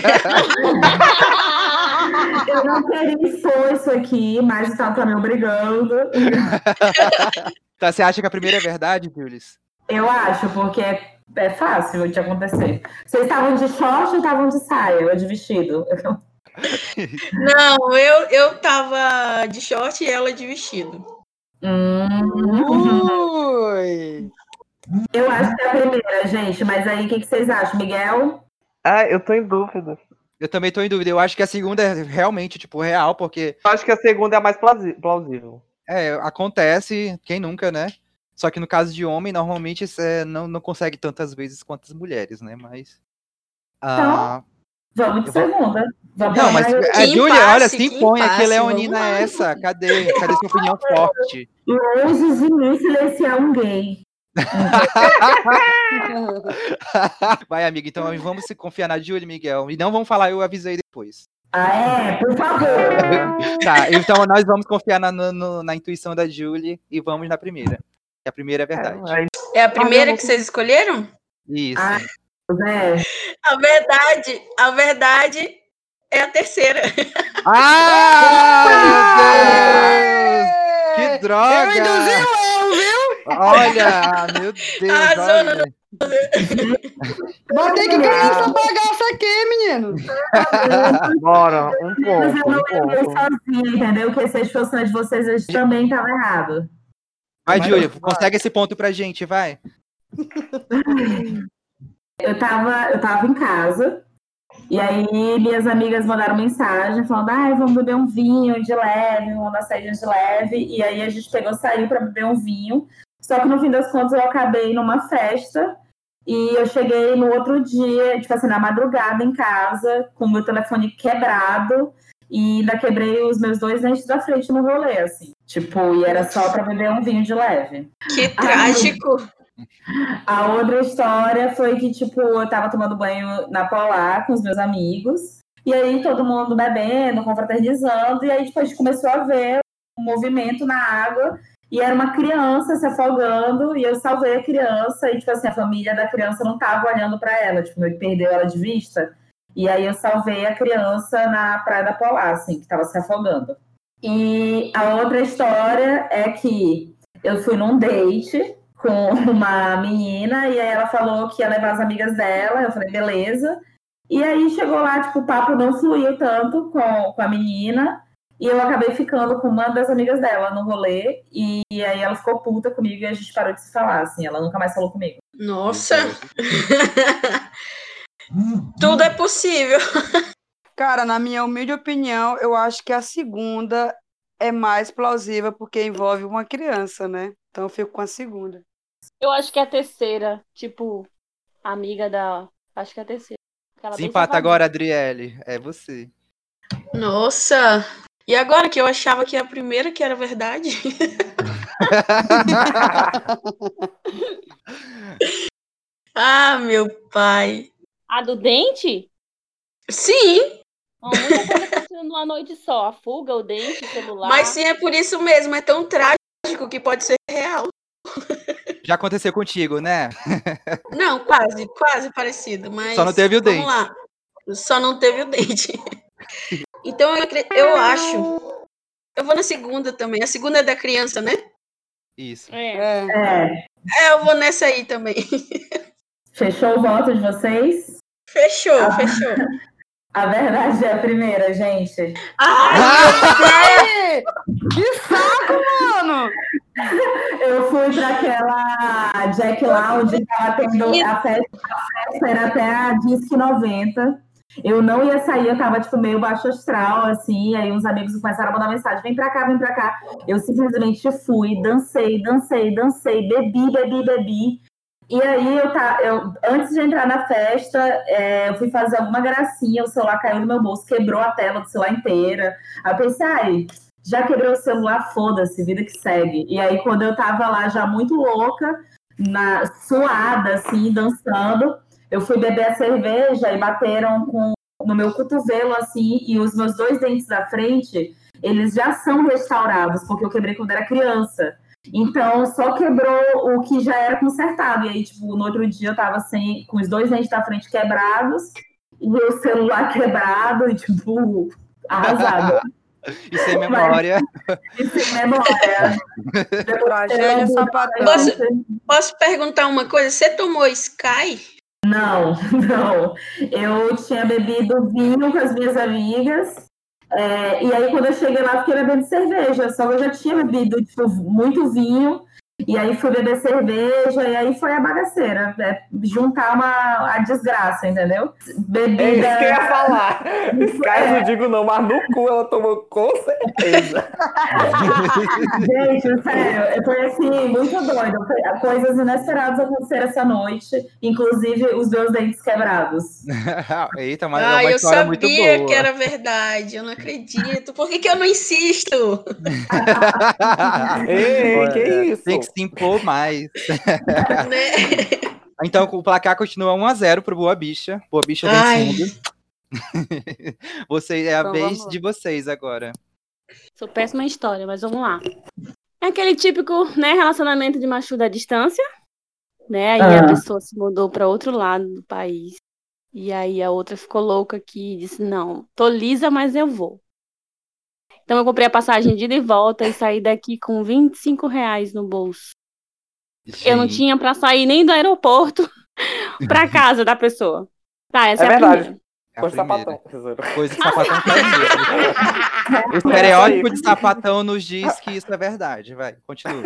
Eu não queria expor isso aqui, mas o Tal tá me obrigando. Tá, você acha que a primeira é verdade, Jules? Eu acho, porque é, é fácil de acontecer. Vocês estavam de short ou estavam de saia ou de vestido? Não, eu, eu tava de short e ela de vestido. Hum, Ui! eu acho que é a primeira, gente. Mas aí, o que, que vocês acham? Miguel? Ah, eu tô em dúvida. Eu também tô em dúvida. Eu acho que a segunda é realmente, tipo, real, porque Eu acho que a segunda é a mais plausi- plausível. é, acontece, quem nunca, né? Só que no caso de homem, normalmente você não, não consegue tantas vezes quanto as mulheres, né? Mas. ah, Vamos de Eu vou- segunda. Vamos Não, lá. mas Que a Júlia, impasse, olha, se que impõe, que impasse, leonina vamos é lá. essa? Cadê? Cadê sua opinião forte? Longe de mim silenciar um gay. Vai, amiga, então vamos se confiar na Júlia, Miguel. E não vamos falar, eu avisei depois. Ah, é? Por favor. Tá, então nós vamos confiar na, no- no- na intuição da Júlia e vamos na primeira. Que a primeira é verdade. É, aí- É a primeira Ah, que vocês escolheram? Isso. Ah. Né? A verdade, a verdade é a terceira. Ah, meu Deus! Que droga! Eu induzi o erro, viu? Olha, meu Deus, Arrasou, olha. Botei que ganhar essa bagaça aqui, menino. Bora, um Mas eu ponto, não um levei ponto. sozinha, entendeu? Que se a situação de vocês eu também estava errado. Vai, Vai, Júlia, vai. consegue esse ponto pra gente, vai. Eu tava, eu tava em casa, e aí minhas amigas mandaram mensagem falando, ai, vamos beber um vinho de leve, vamos dar saída de leve. E aí a gente pegou, saiu para beber um vinho. Só que no fim das contas eu acabei numa festa e eu cheguei no outro dia, tipo assim, na madrugada em casa, com o meu telefone quebrado e ainda quebrei os meus dois dentes da frente no rolê, assim. Tipo, e era só para beber um vinho de leve. Que trágico. A outra história foi que, tipo, eu tava tomando banho na Polar com os meus amigos, e aí todo mundo bebendo, confraternizando, e aí tipo, a gente começou a ver um movimento na água, e era uma criança se afogando, e eu salvei a criança, e tipo assim, a família da criança não tava olhando pra ela, tipo, meio que perdeu ela de vista, e aí eu salvei a criança na Praia da Polar, assim, que tava se afogando. E a outra história é que eu fui num date com uma menina, e aí ela falou que ia levar as amigas dela, eu falei, beleza. E aí chegou lá, tipo, o papo não fluiu tanto com, com a menina, e eu acabei ficando com uma das amigas dela no rolê, e, e aí ela ficou puta comigo e a gente parou de se falar, assim, ela nunca mais falou comigo. Nossa! Tudo é possível. Cara, na minha humilde opinião, eu acho que a segunda é mais plausível porque envolve uma criança, né? Então eu fico com a segunda. Eu acho que é a terceira, tipo, amiga da. Acho que é a terceira. Aquela bem Desempata safadinha. agora, Adriele. É você. Nossa! E agora que eu achava que a primeira que era verdade? Ah, meu pai. A do dente? Sim, Ó, muita coisa acontecendo numa noite só. A fuga, o dente, o celular. mas sim, é por isso mesmo. É tão trágico que pode ser real. Já aconteceu contigo, né? Não, quase, quase parecido, mas Só não teve o vamos dente. lá. Só não teve o dente. Então eu, acre- eu acho. Eu vou na segunda também. A segunda é da criança, né? Isso. É. É. É, É, eu vou nessa aí também. fechou o voto de vocês? Fechou, Ah. fechou. A verdade é a primeira, gente. Ai, que saco, mano! Eu fui para aquela Jack Lounge, tava tendo a festa, a festa era até a Disque noventa. Eu não ia sair, eu tava tipo meio baixo astral, assim, aí uns amigos começaram a mandar mensagem, vem pra cá, vem pra cá. Eu simplesmente fui, dancei, dancei, dancei, bebi, bebi, bebi. E aí eu tá, eu, antes de entrar na festa, é, eu fui fazer alguma gracinha, o celular caiu no meu bolso, quebrou a tela do celular inteira. Aí eu pensei, ai, já quebrou o celular, foda-se, vida que segue. E aí quando eu tava lá já muito louca, na, suada, assim, dançando, eu fui beber a cerveja e bateram com, no meu cotovelo, assim, e os meus dois dentes da frente, eles já são restaurados, porque eu quebrei quando era criança. Então, só quebrou o que já era consertado. E aí, tipo, no outro dia eu tava sem, com os dois dentes da frente quebrados e o celular quebrado e, tipo, arrasado. E sem memória. E sem memória. Tragédia sapatão. Posso, posso perguntar uma coisa? Você tomou Sky? Não, não. Eu tinha bebido vinho com as minhas amigas. É, e aí, quando eu cheguei lá, fiquei bebendo cerveja. Só que eu já tinha bebido tipo, muito vinho. E aí, fui beber cerveja. E aí, foi a bagaceira. É, juntar uma, a desgraça, entendeu? Bebida... É isso que eu ia falar. Sky eu não digo não, mas no cu ela tomou com certeza. Gente, sério, foi assim, muito doido. Coisas inesperadas aconteceram essa noite. Inclusive, os meus dentes quebrados. Eita, mas é Ah, uma eu história muito sabia boa. que era verdade. Eu não acredito. Por que, que eu não insisto? Ei, Olha, que isso? Tem que se impor mais. Né? Então, o placar continua um a zero pro Boa Bicha. Boa Bicha Ai. vencendo. Você, é a Então, vez vamos. de vocês agora. Sou péssima em história, mas vamos lá. É aquele típico, né, relacionamento de machuda à distância, né? Aí Ah. a pessoa se mudou para outro lado do país. E aí a outra ficou louca aqui e disse: "Não, tô lisa, mas eu vou". Então eu comprei a passagem de ida e volta e saí daqui com vinte e cinco reais no bolso. Eu não Gente, tinha para sair nem do aeroporto pra casa da pessoa. Tá, essa É é, a verdade. primeira. É a Coisa de primeira. sapatão. Coisa de sapatão faz mesmo. O estereótipo de sapatão nos diz que isso é verdade. Vai, continua.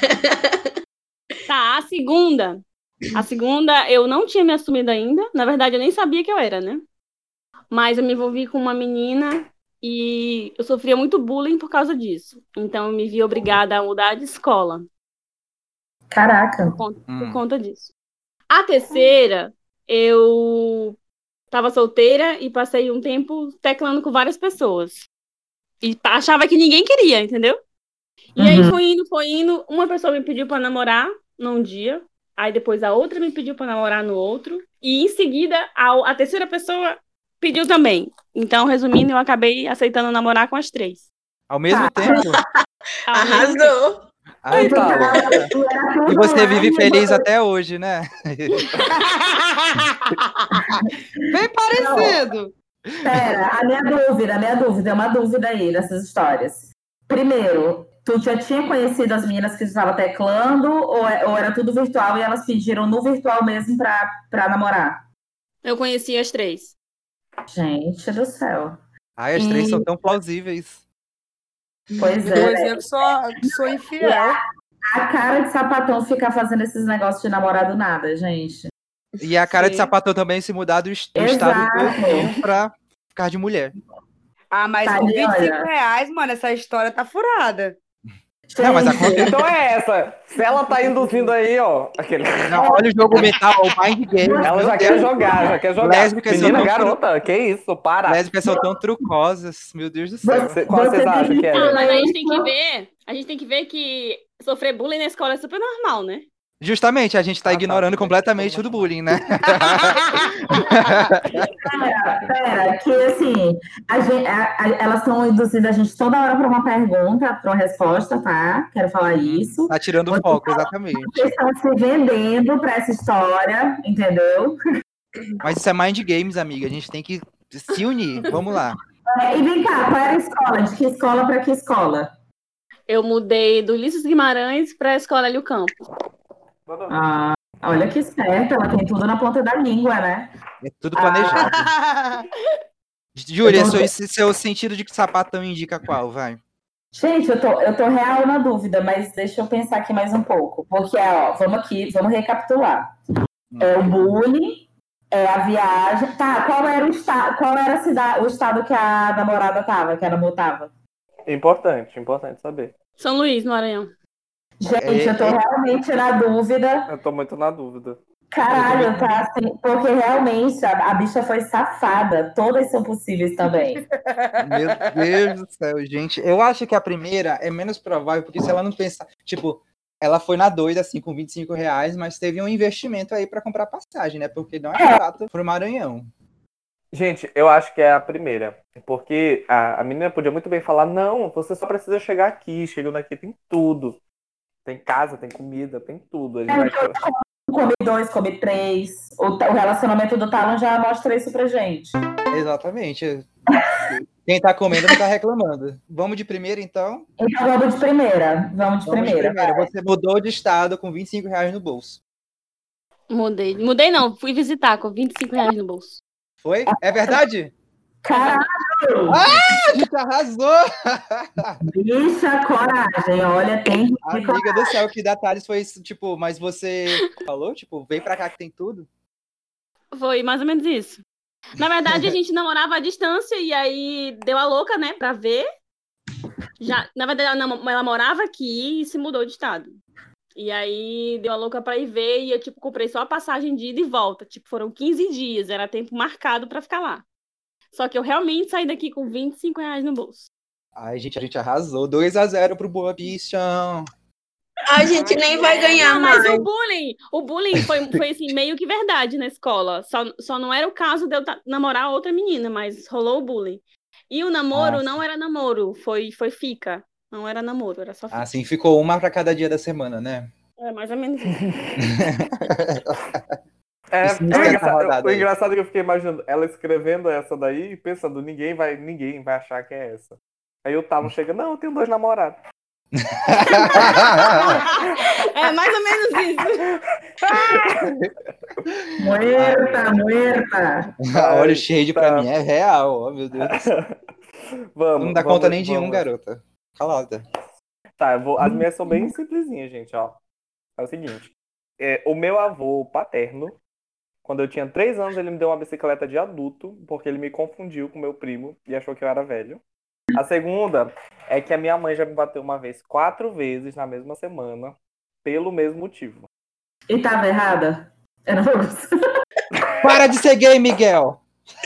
Tá, a segunda. A segunda, eu não tinha me assumido ainda. Na verdade, eu nem sabia que eu era, né? Mas eu me envolvi com uma menina e eu sofria muito bullying por causa disso. Então, eu me vi obrigada a mudar de escola Caraca. por conta, por Hum. conta disso. A terceira, eu tava solteira e passei um tempo teclando com várias pessoas. E achava que ninguém queria, entendeu? E aí Uhum. foi indo, foi indo. Uma pessoa me pediu pra namorar num dia. Aí depois a outra me pediu pra namorar no outro. E em seguida, a, a terceira pessoa pediu também. Então, resumindo, eu acabei aceitando namorar com as três. Ao mesmo Tá. tempo. Ao mesmo tempo. Arrasou. Ai, Tu Talo. tava- tu era tudo E você online, vive feliz você- até hoje, né? Bem parecido. Pera, a minha dúvida, a minha dúvida, é uma dúvida aí dessas histórias. Primeiro, tu já tinha conhecido as meninas que estavam teclando ou, é- ou era tudo virtual e elas pediram no virtual mesmo pra, pra namorar? Eu conheci as três. Gente do céu. Ai, as três são tão plausíveis. Pois Eu vou é. dizer que sou, que sou infiel. A cara de sapatão ficar fazendo esses negócios de namorar do nada, gente. E a cara de Sim. sapatão também se mudar do, est- do Exato. estado todinho pra ficar de mulher. Ah, mas Tá com aí, vinte e cinco olha. reais, mano, essa história tá furada. Não, mas Gente, acontece. Então é essa. Se ela tá induzindo aí, ó. Aquele... Não, olha o jogo mental, o Mind Game. Ela meu já Deus. quer jogar, já quer jogar. Lésbicas são Menina, tão garota, que isso, para. Lésbicas são tão trucosas, meu Deus do céu. Cê- Qual Você vocês tem acham que que é? Ah, gente? mas a gente tem que ver. A gente tem que ver que sofrer bullying na escola é super normal, né? Justamente, a gente tá Ah, tá. ignorando completamente o do bullying, né? Pera, pera, que assim, a gente- a- a- elas estão induzindo a gente toda hora para uma pergunta, para uma resposta, tá? Quero falar isso. Tá tirando Você foco, exatamente. Vocês estão se vendendo para essa história, entendeu? Mas isso é Mind Games, amiga. A gente tem que se unir. Vamos lá. É, e vem cá, qual era a escola? De que escola para que escola? Eu mudei do Ulisses Guimarães pra escola Hélio Campos. Ah, olha que esperta, ela tem tudo na ponta da língua, né? É tudo planejado. Júlia, seu, seu sentido de sapatão indica qual, vai? Gente, eu tô, eu tô real na dúvida, mas deixa eu pensar aqui mais um pouco. Porque, ó, vamos aqui, vamos recapitular. É o bullying, é a viagem. Tá, qual era o estado, qual era a cidade, o estado que a namorada tava, que a namorada tava? Importante, importante saber. São Luís, Maranhão. Gente, É, eu tô é- realmente na dúvida. Eu tô muito na dúvida. Caralho, tá assim, porque realmente a, a bicha foi safada. Todas são possíveis também. Meu Deus do céu, gente. Eu acho que a primeira é menos provável, porque se ela não pensar. Tipo, ela foi na doida, assim, com vinte e cinco reais, mas teve um investimento aí pra comprar passagem, né? Porque não é barato pro Maranhão. Gente, eu acho que é a primeira. Porque a, a menina podia muito bem falar: não, você só precisa chegar aqui. Chegando aqui tem tudo. Tem casa, tem comida, tem tudo. A gente vai... Come dois, come três. O, o relacionamento do Talon já mostra isso pra gente. Exatamente. Quem tá comendo não tá reclamando. Vamos de primeira, então? Então vamos de primeira. Vamos de Vamos de primeira. primeira. Você mudou de estado com vinte e cinco reais no bolso. Mudei. Mudei não, fui visitar com vinte e cinco reais no bolso. Foi? É verdade? Caralho! A gente arrasou! Bicha, coragem. Olha, tem. Amiga do céu, que detalhes foi isso? Tipo, mas você falou, tipo, vem pra cá que tem tudo? Foi mais ou menos isso. Na verdade, a gente namorava à distância e aí deu a louca, né, pra ver. Já, na verdade, ela, nam- ela morava aqui e se mudou de estado. E aí deu a louca pra ir ver e eu, tipo, comprei só a passagem de ida e volta. Tipo, foram quinze dias, era tempo marcado pra ficar lá. Só que eu realmente saí daqui com vinte e cinco reais no bolso. Ai, gente, a gente arrasou. dois a zero pro Boa Bichão. A gente nem vai ganhar Não, mas mais. o bullying, o bullying foi, foi assim, meio que verdade na escola. Só, só não era o caso de eu ta- namorar outra menina, mas rolou o bullying. E o namoro Ah, não era namoro, foi, foi fica. Não era namoro, era só fica. Assim, ficou uma pra cada dia da semana, né? É mais ou menos isso. É, Isso não o, é engraçado, rodada o aí. engraçado é que eu fiquei imaginando ela escrevendo essa daí e pensando, ninguém vai, ninguém vai achar que é essa. Aí o Talo chega, não, eu tenho dois namorados. É mais ou menos isso. Muerta, muerta. Olha, o shade pra mim é real, ó, meu Deus do céu. Vamos, Não dá vamos, conta nem de um, vamos. garota. Calada. Tá, eu vou, as minhas são bem simplesinhas, gente, ó. É o seguinte. É, o meu avô paterno, quando eu tinha três anos, ele me deu uma bicicleta de adulto, porque ele me confundiu com meu primo e achou que eu era velho. A segunda é que a minha mãe já me bateu uma vez, quatro vezes na mesma semana, pelo mesmo motivo. E tava errada? Era Para de ser gay, Miguel!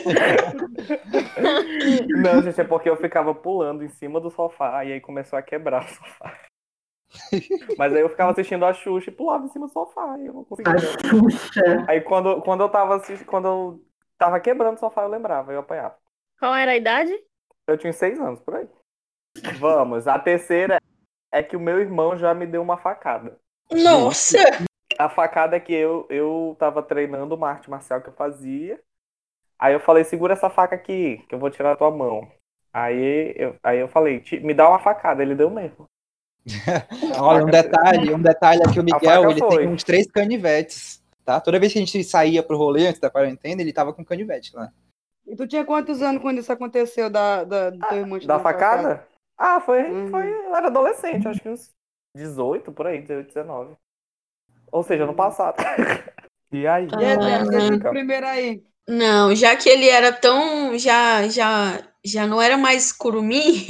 Não, gente, é porque eu ficava pulando em cima do sofá e aí começou a quebrar o sofá. Mas aí eu ficava assistindo a Xuxa e pulava em cima do sofá e eu não conseguia. a Xuxa. Aí quando, quando eu tava assistindo, quando eu tava quebrando o sofá, eu lembrava, eu apanhava. Qual era a idade? Eu tinha seis anos, por aí. Vamos, a terceira é que o meu irmão já me deu uma facada. Nossa! A facada é que eu, eu tava treinando uma arte marcial que eu fazia. Aí eu falei, segura essa faca aqui, que eu vou tirar a tua mão. Aí eu, aí eu falei, me dá uma facada, ele deu mesmo. Olha, um detalhe, um detalhe aqui, o A Miguel, faca ele foi. tem uns três canivetes, tá? Toda vez que a gente saía pro rolê antes da quarentena, ele tava com canivete lá. E tu tinha quantos anos quando isso aconteceu da, da, do teu irmão te Da dar uma facada? Ah, foi, Uhum. foi. Eu era adolescente, acho que uns dezoito, por aí, dezoito, dezenove. Ou seja, ano passado. E aí? E aí, Ah. Débora, deixa o primeiro aí. Não, já que ele era tão. Já, já, já não era mais curumim,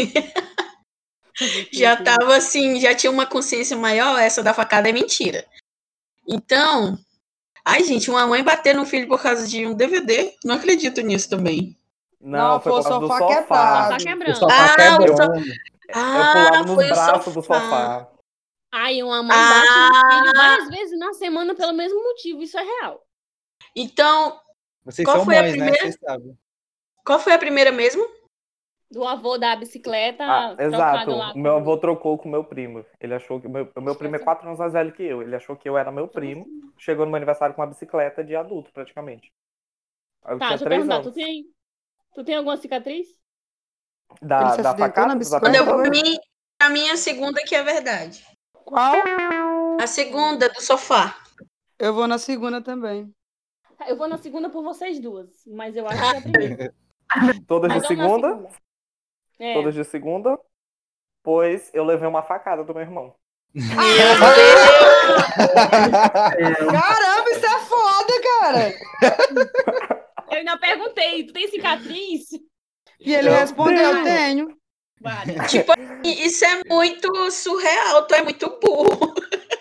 já tava assim, já tinha uma consciência maior, essa da facada é mentira. Então. Ai, gente, uma mãe bater no filho por causa de um D V D? Não acredito nisso também. Não, Não, foi foi por o causa do sofá sofá. quebrado. Tá O quebrando. sofá Ah, o quebrando. Eu Ah, pulava nos foi o braços do sofá. sofá. Aí uma mãe Ah. bate no filho várias vezes na semana pelo mesmo motivo. Isso é real. Então, Vocês Qual são foi a mães, né? primeira? Vocês sabem. qual foi a primeira mesmo? Do avô da bicicleta Ah, trocado exato. lá. O meu com- avô trocou com o meu primo. Ele achou que. O meu, o meu primo é quatro anos mais velho que eu. Ele achou que eu era meu primo. Chegou no meu aniversário com uma bicicleta de adulto, praticamente. Aí eu Tá, tinha deixa eu três perguntar. anos. Tu tem, tu tem alguma cicatriz? Ele Da, se da acidentou facada? na Você tá bicicleta? Não, pra perguntando? mim, pra mim a segunda que é verdade. Qual? A segunda do sofá. Eu vou na segunda também. Eu vou na segunda por vocês duas, mas eu acho que é a primeira. Todas de Mas vamos na segunda? segunda. É. Todas de segunda? Pois eu levei uma facada do meu irmão. Caramba, isso é foda, cara! Eu ainda perguntei, tu tem cicatriz? E ele Eu respondeu, tenho. tenho. Vale. Tipo, isso é muito surreal, tu é muito burro.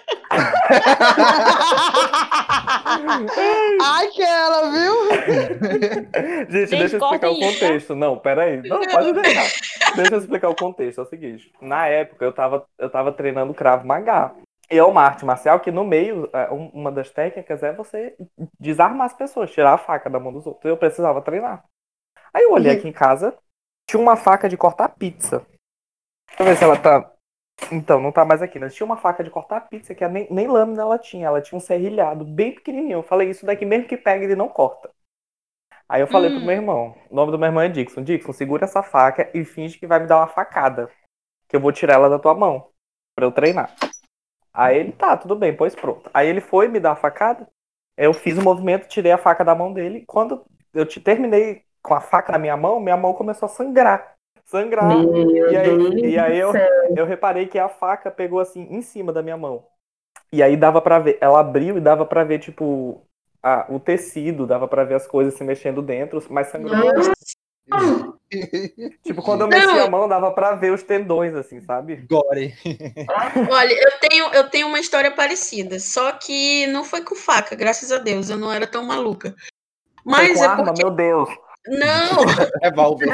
Aquela, viu? Gente, deixa eu explicar cortem o isso, tá? contexto. Não, peraí. Não, pode deixar. Deixa eu explicar o contexto. É o seguinte. Na época, eu tava, eu tava treinando Krav Maga. E é uma arte marcial que no meio, é, um- uma das técnicas é você desarmar as pessoas, tirar a faca da mão dos outros. Eu precisava treinar. Aí eu olhei aqui em casa, tinha uma faca de cortar pizza. Deixa eu ver se ela tá... Então, não tá mais aqui, mas tinha uma faca de cortar pizza que nem, nem lâmina ela tinha. Ela tinha um serrilhado bem pequenininho. Eu falei, isso daqui mesmo que pega, ele não corta. Aí eu falei Hum. pro meu irmão, o nome do meu irmão é Dixon. Dixon, segura essa faca e finge que vai me dar uma facada. Que eu vou tirar ela da tua mão, pra eu treinar. Aí ele, tá, tudo bem, pois pronto. Aí ele foi me dar a facada, eu fiz o movimento, tirei a faca da mão dele. Quando eu te terminei com a faca na minha mão, minha mão começou a sangrar. Sangrar. Meu E aí, Deus e aí do eu, céu. eu reparei que a faca pegou assim em cima da minha mão. E aí dava pra ver, ela abriu e dava pra ver, tipo, a, o tecido, dava pra ver as coisas se mexendo dentro, mas sangrou. Nossa. Tipo, quando eu mexi a mão, dava pra ver os tendões, assim, sabe? Gore. Olha, eu tenho, eu tenho uma história parecida, só que não foi com faca, graças a Deus, eu não era tão maluca. Foi Mas com é arma, porque. meu Deus. Não, É Valve.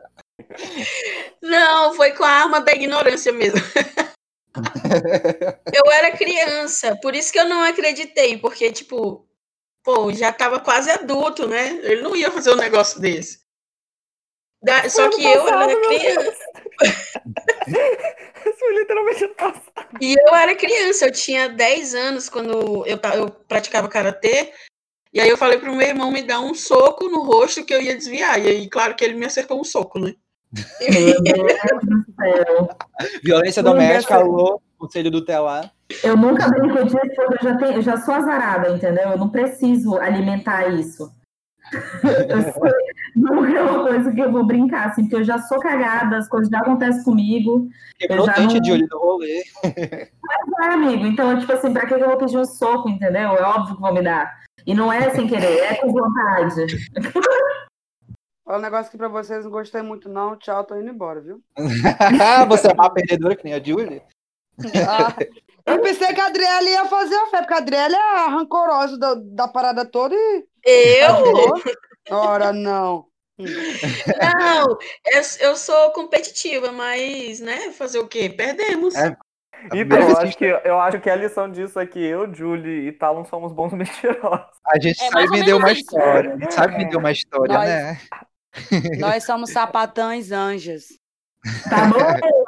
não, foi com a arma da ignorância mesmo. Eu era criança, por isso que eu não acreditei, porque, tipo, pô, já tava quase adulto, né? Ele não ia fazer um negócio desse. Da- Só que eu era criança. Isso foi literalmente ano passado. E eu era criança, eu tinha dez anos quando eu, ta- eu praticava karatê. E aí eu falei pro meu irmão me dar um soco no rosto que eu ia desviar. E aí, claro que ele me acertou um soco, né? Meu Deus do céu. Violência Não, doméstica, dessa- alô, conselho tutelar. Eu nunca brinquei disso porque eu já, tenho, eu já sou azarada, entendeu? Eu não preciso alimentar isso. Eu sei, nunca é uma coisa que eu vou brincar, assim, porque eu já sou cagada, as coisas já acontecem comigo. Quebrou Eu o já dente não- de olho no rolê. Não é, amigo. Então, tipo assim, pra que que eu vou pedir um soco, entendeu? É óbvio que vão me dar. E não é sem querer, é com vontade. Olha um negócio que pra vocês não gostei muito, não. Tchau, tô indo embora, viu? Você é uma perdedora que nem a Julie? Ah, eu pensei que a Adriele ia fazer a fé, porque a Adriele é a rancorosa da, da parada toda e. Eu? Ora, não. Não, eu, eu sou competitiva, mas, né, fazer o quê? Perdemos. É. A Então, primeira eu vez acho, que, eu acho que a lição disso é que eu, Julie e Talon somos bons mentirosos. A gente É sabe mais ou vender menos uma isso. história. A gente sabe É. vender uma história, Nós- né? Nós somos sapatães anjas. Tá bom?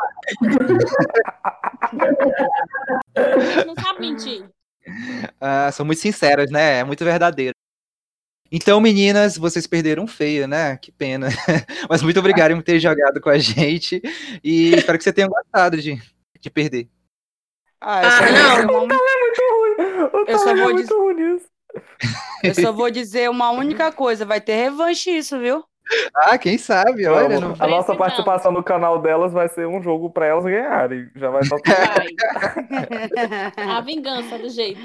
A gente não sabe mentir. Ah, são muito sinceras, né? É muito verdadeiro. Então, meninas, vocês perderam feio, né? Que pena. Mas muito obrigado por ter jogado com a gente. E espero que você tenha gostado de, de perder. Ah, eu Ah, só vou não. dizer uma única, Muito ruim. O Eu só Talon é vou muito ruim nisso. eu só vou dizer uma única coisa, vai ter revanche isso, viu? Ah, quem sabe? Olha, Vamos. não... A nossa Precisamos. participação no canal delas vai ser um jogo pra elas ganharem. Já vai estar tudo. Vai. A vingança do jeito.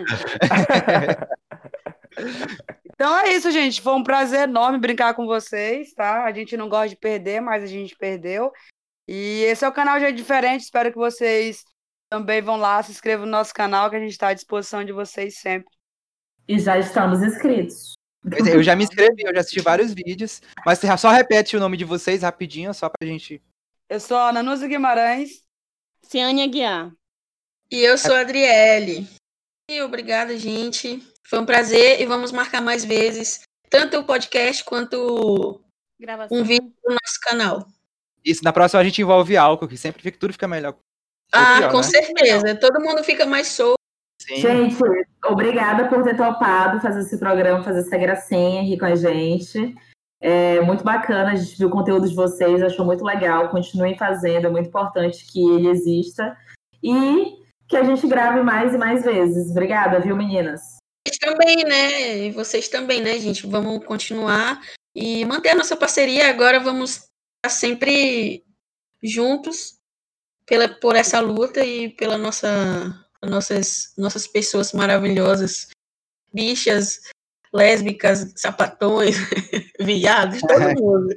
Então é isso, gente. Foi um prazer enorme brincar com vocês, tá? A gente não gosta de perder, mas a gente perdeu. E esse é o canal Já é Diferente. Espero que vocês também vão lá, se inscrevam no nosso canal, que a gente está à disposição de vocês sempre. E já estamos inscritos. Pois é, eu já me inscrevi, eu já assisti vários vídeos. Mas você só repete o nome de vocês rapidinho, só pra gente... Eu sou a Nanusa Guimarães. Ciane Aguiar. E eu sou a Adriele. E obrigada, gente. Foi um prazer e vamos marcar mais vezes, tanto o podcast quanto Gravação. um vídeo no nosso canal. Isso, na próxima a gente envolve álcool, que sempre fica, tudo fica melhor. Ah, Pior, com né? certeza. Todo mundo fica mais solto. Sim. Gente, obrigada por ter topado fazer esse programa, fazer essa gracinha aqui com a gente. É muito bacana, a gente viu o conteúdo de vocês, achou muito legal. Continuem fazendo, é muito importante que ele exista. E que a gente grave mais e mais vezes. Obrigada, viu, meninas? Vocês também, né? E vocês também, né, gente? Vamos continuar e manter a nossa parceria. Agora vamos estar sempre juntos pela, por essa luta e pela nossa nossas nossas pessoas maravilhosas, bichas, lésbicas, sapatões, viados, todo mundo.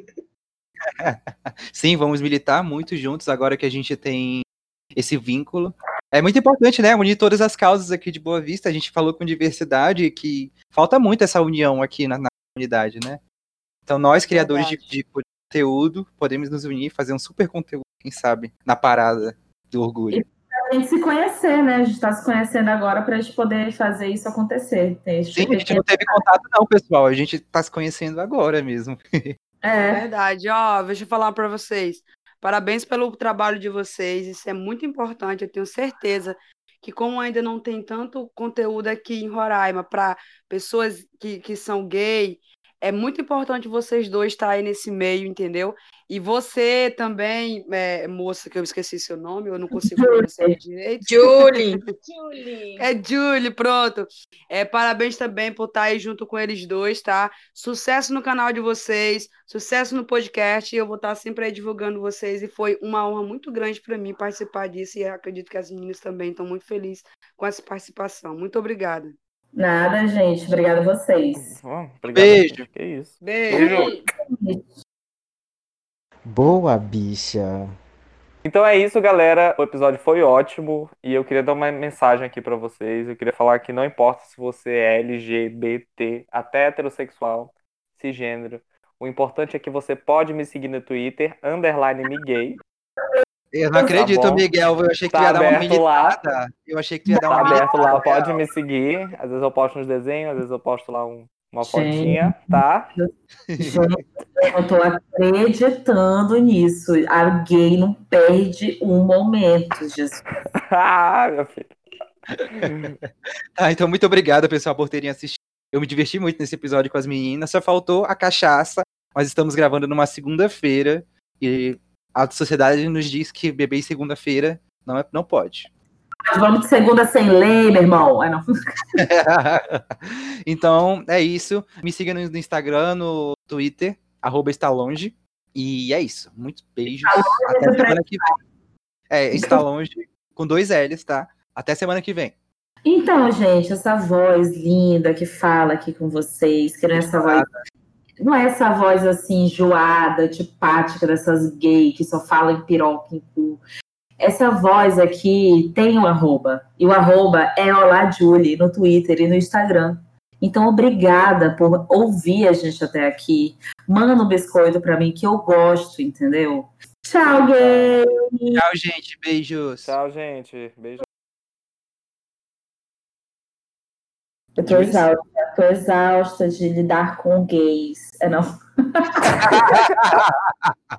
Sim, vamos militar muito juntos agora que a gente tem esse vínculo. É muito importante, né, unir todas as causas aqui de Boa Vista. A gente falou com diversidade que falta muito essa união aqui na, na comunidade, né? Então nós, criadores de, de conteúdo, podemos nos unir, fazer um super conteúdo, quem sabe, na parada do orgulho. A gente se conhecer, né? A gente está se conhecendo agora para a gente poder fazer isso acontecer. Tem esse Sim, tipo a gente não teve contato não, pessoal. A gente tá se conhecendo agora mesmo. É, Verdade, ó, deixa eu falar para vocês. Parabéns pelo trabalho de vocês, isso é muito importante. Eu tenho certeza que, como ainda não tem tanto conteúdo aqui em Roraima para pessoas que, que são gay, é muito importante vocês dois estarem nesse meio, entendeu? E você também, é, moça, que eu esqueci seu nome, eu não consigo pronunciar direito. Julie, Julie. É Julie, pronto. É, parabéns também por estar aí junto com eles dois, tá? Sucesso no canal de vocês, sucesso no podcast. Eu vou estar sempre aí divulgando vocês e foi uma honra muito grande para mim participar disso e acredito que as meninas também estão muito felizes com essa participação. Muito obrigada. nada, gente. Obrigada a vocês. Bom, obrigado, Beijo. gente. Que isso. Beijo. Boa, bicha. Então é isso, galera. O episódio foi ótimo e eu queria dar uma mensagem aqui pra vocês. Eu queria falar que não importa se você é L G B T, até heterossexual, cisgênero. O importante é que você pode me seguir no Twitter, underline Miguel. Eu não acredito, bom. Miguel. Eu achei que tu Tá ia dar uma aberto lá. militada. Eu achei que tu ia dar Tá uma aberto militada. lá, pode me seguir. Às vezes eu posto uns desenhos, às vezes eu posto lá um- uma Gente. fotinha, tá? Gente, eu não tô acreditando nisso. A gay não perde um momento, Jesus. Ah, meu filho. Ah, então, muito obrigado, pessoal, por terem assistido. Eu me diverti muito nesse episódio com as meninas. Só faltou a cachaça. Nós estamos gravando numa segunda-feira. E a sociedade nos diz que beber em segunda-feira não, é, não pode. Mas vamos de segunda sem lei, meu irmão. É, não. Então, é isso. Me siga no Instagram, no Twitter, arroba estalonge. E é isso. Muitos beijos. Até semana que vem. É, está longe com dois L's, tá? Até semana que vem. Então, gente, essa voz linda que fala aqui com vocês, que não é essa voz, não é essa voz assim, enjoada, antipática dessas gays que só falam em piroca, em cu. Essa voz aqui tem um arroba. E o arroba é Olá Julie no Twitter e no Instagram. Então, obrigada por ouvir a gente até aqui. Manda um biscoito pra mim que eu gosto, entendeu? Tchau, gay! Tchau, gente. Beijos. Tchau, gente. Beijo. Eu tô exausta. Tô exausta de lidar com gays. É não.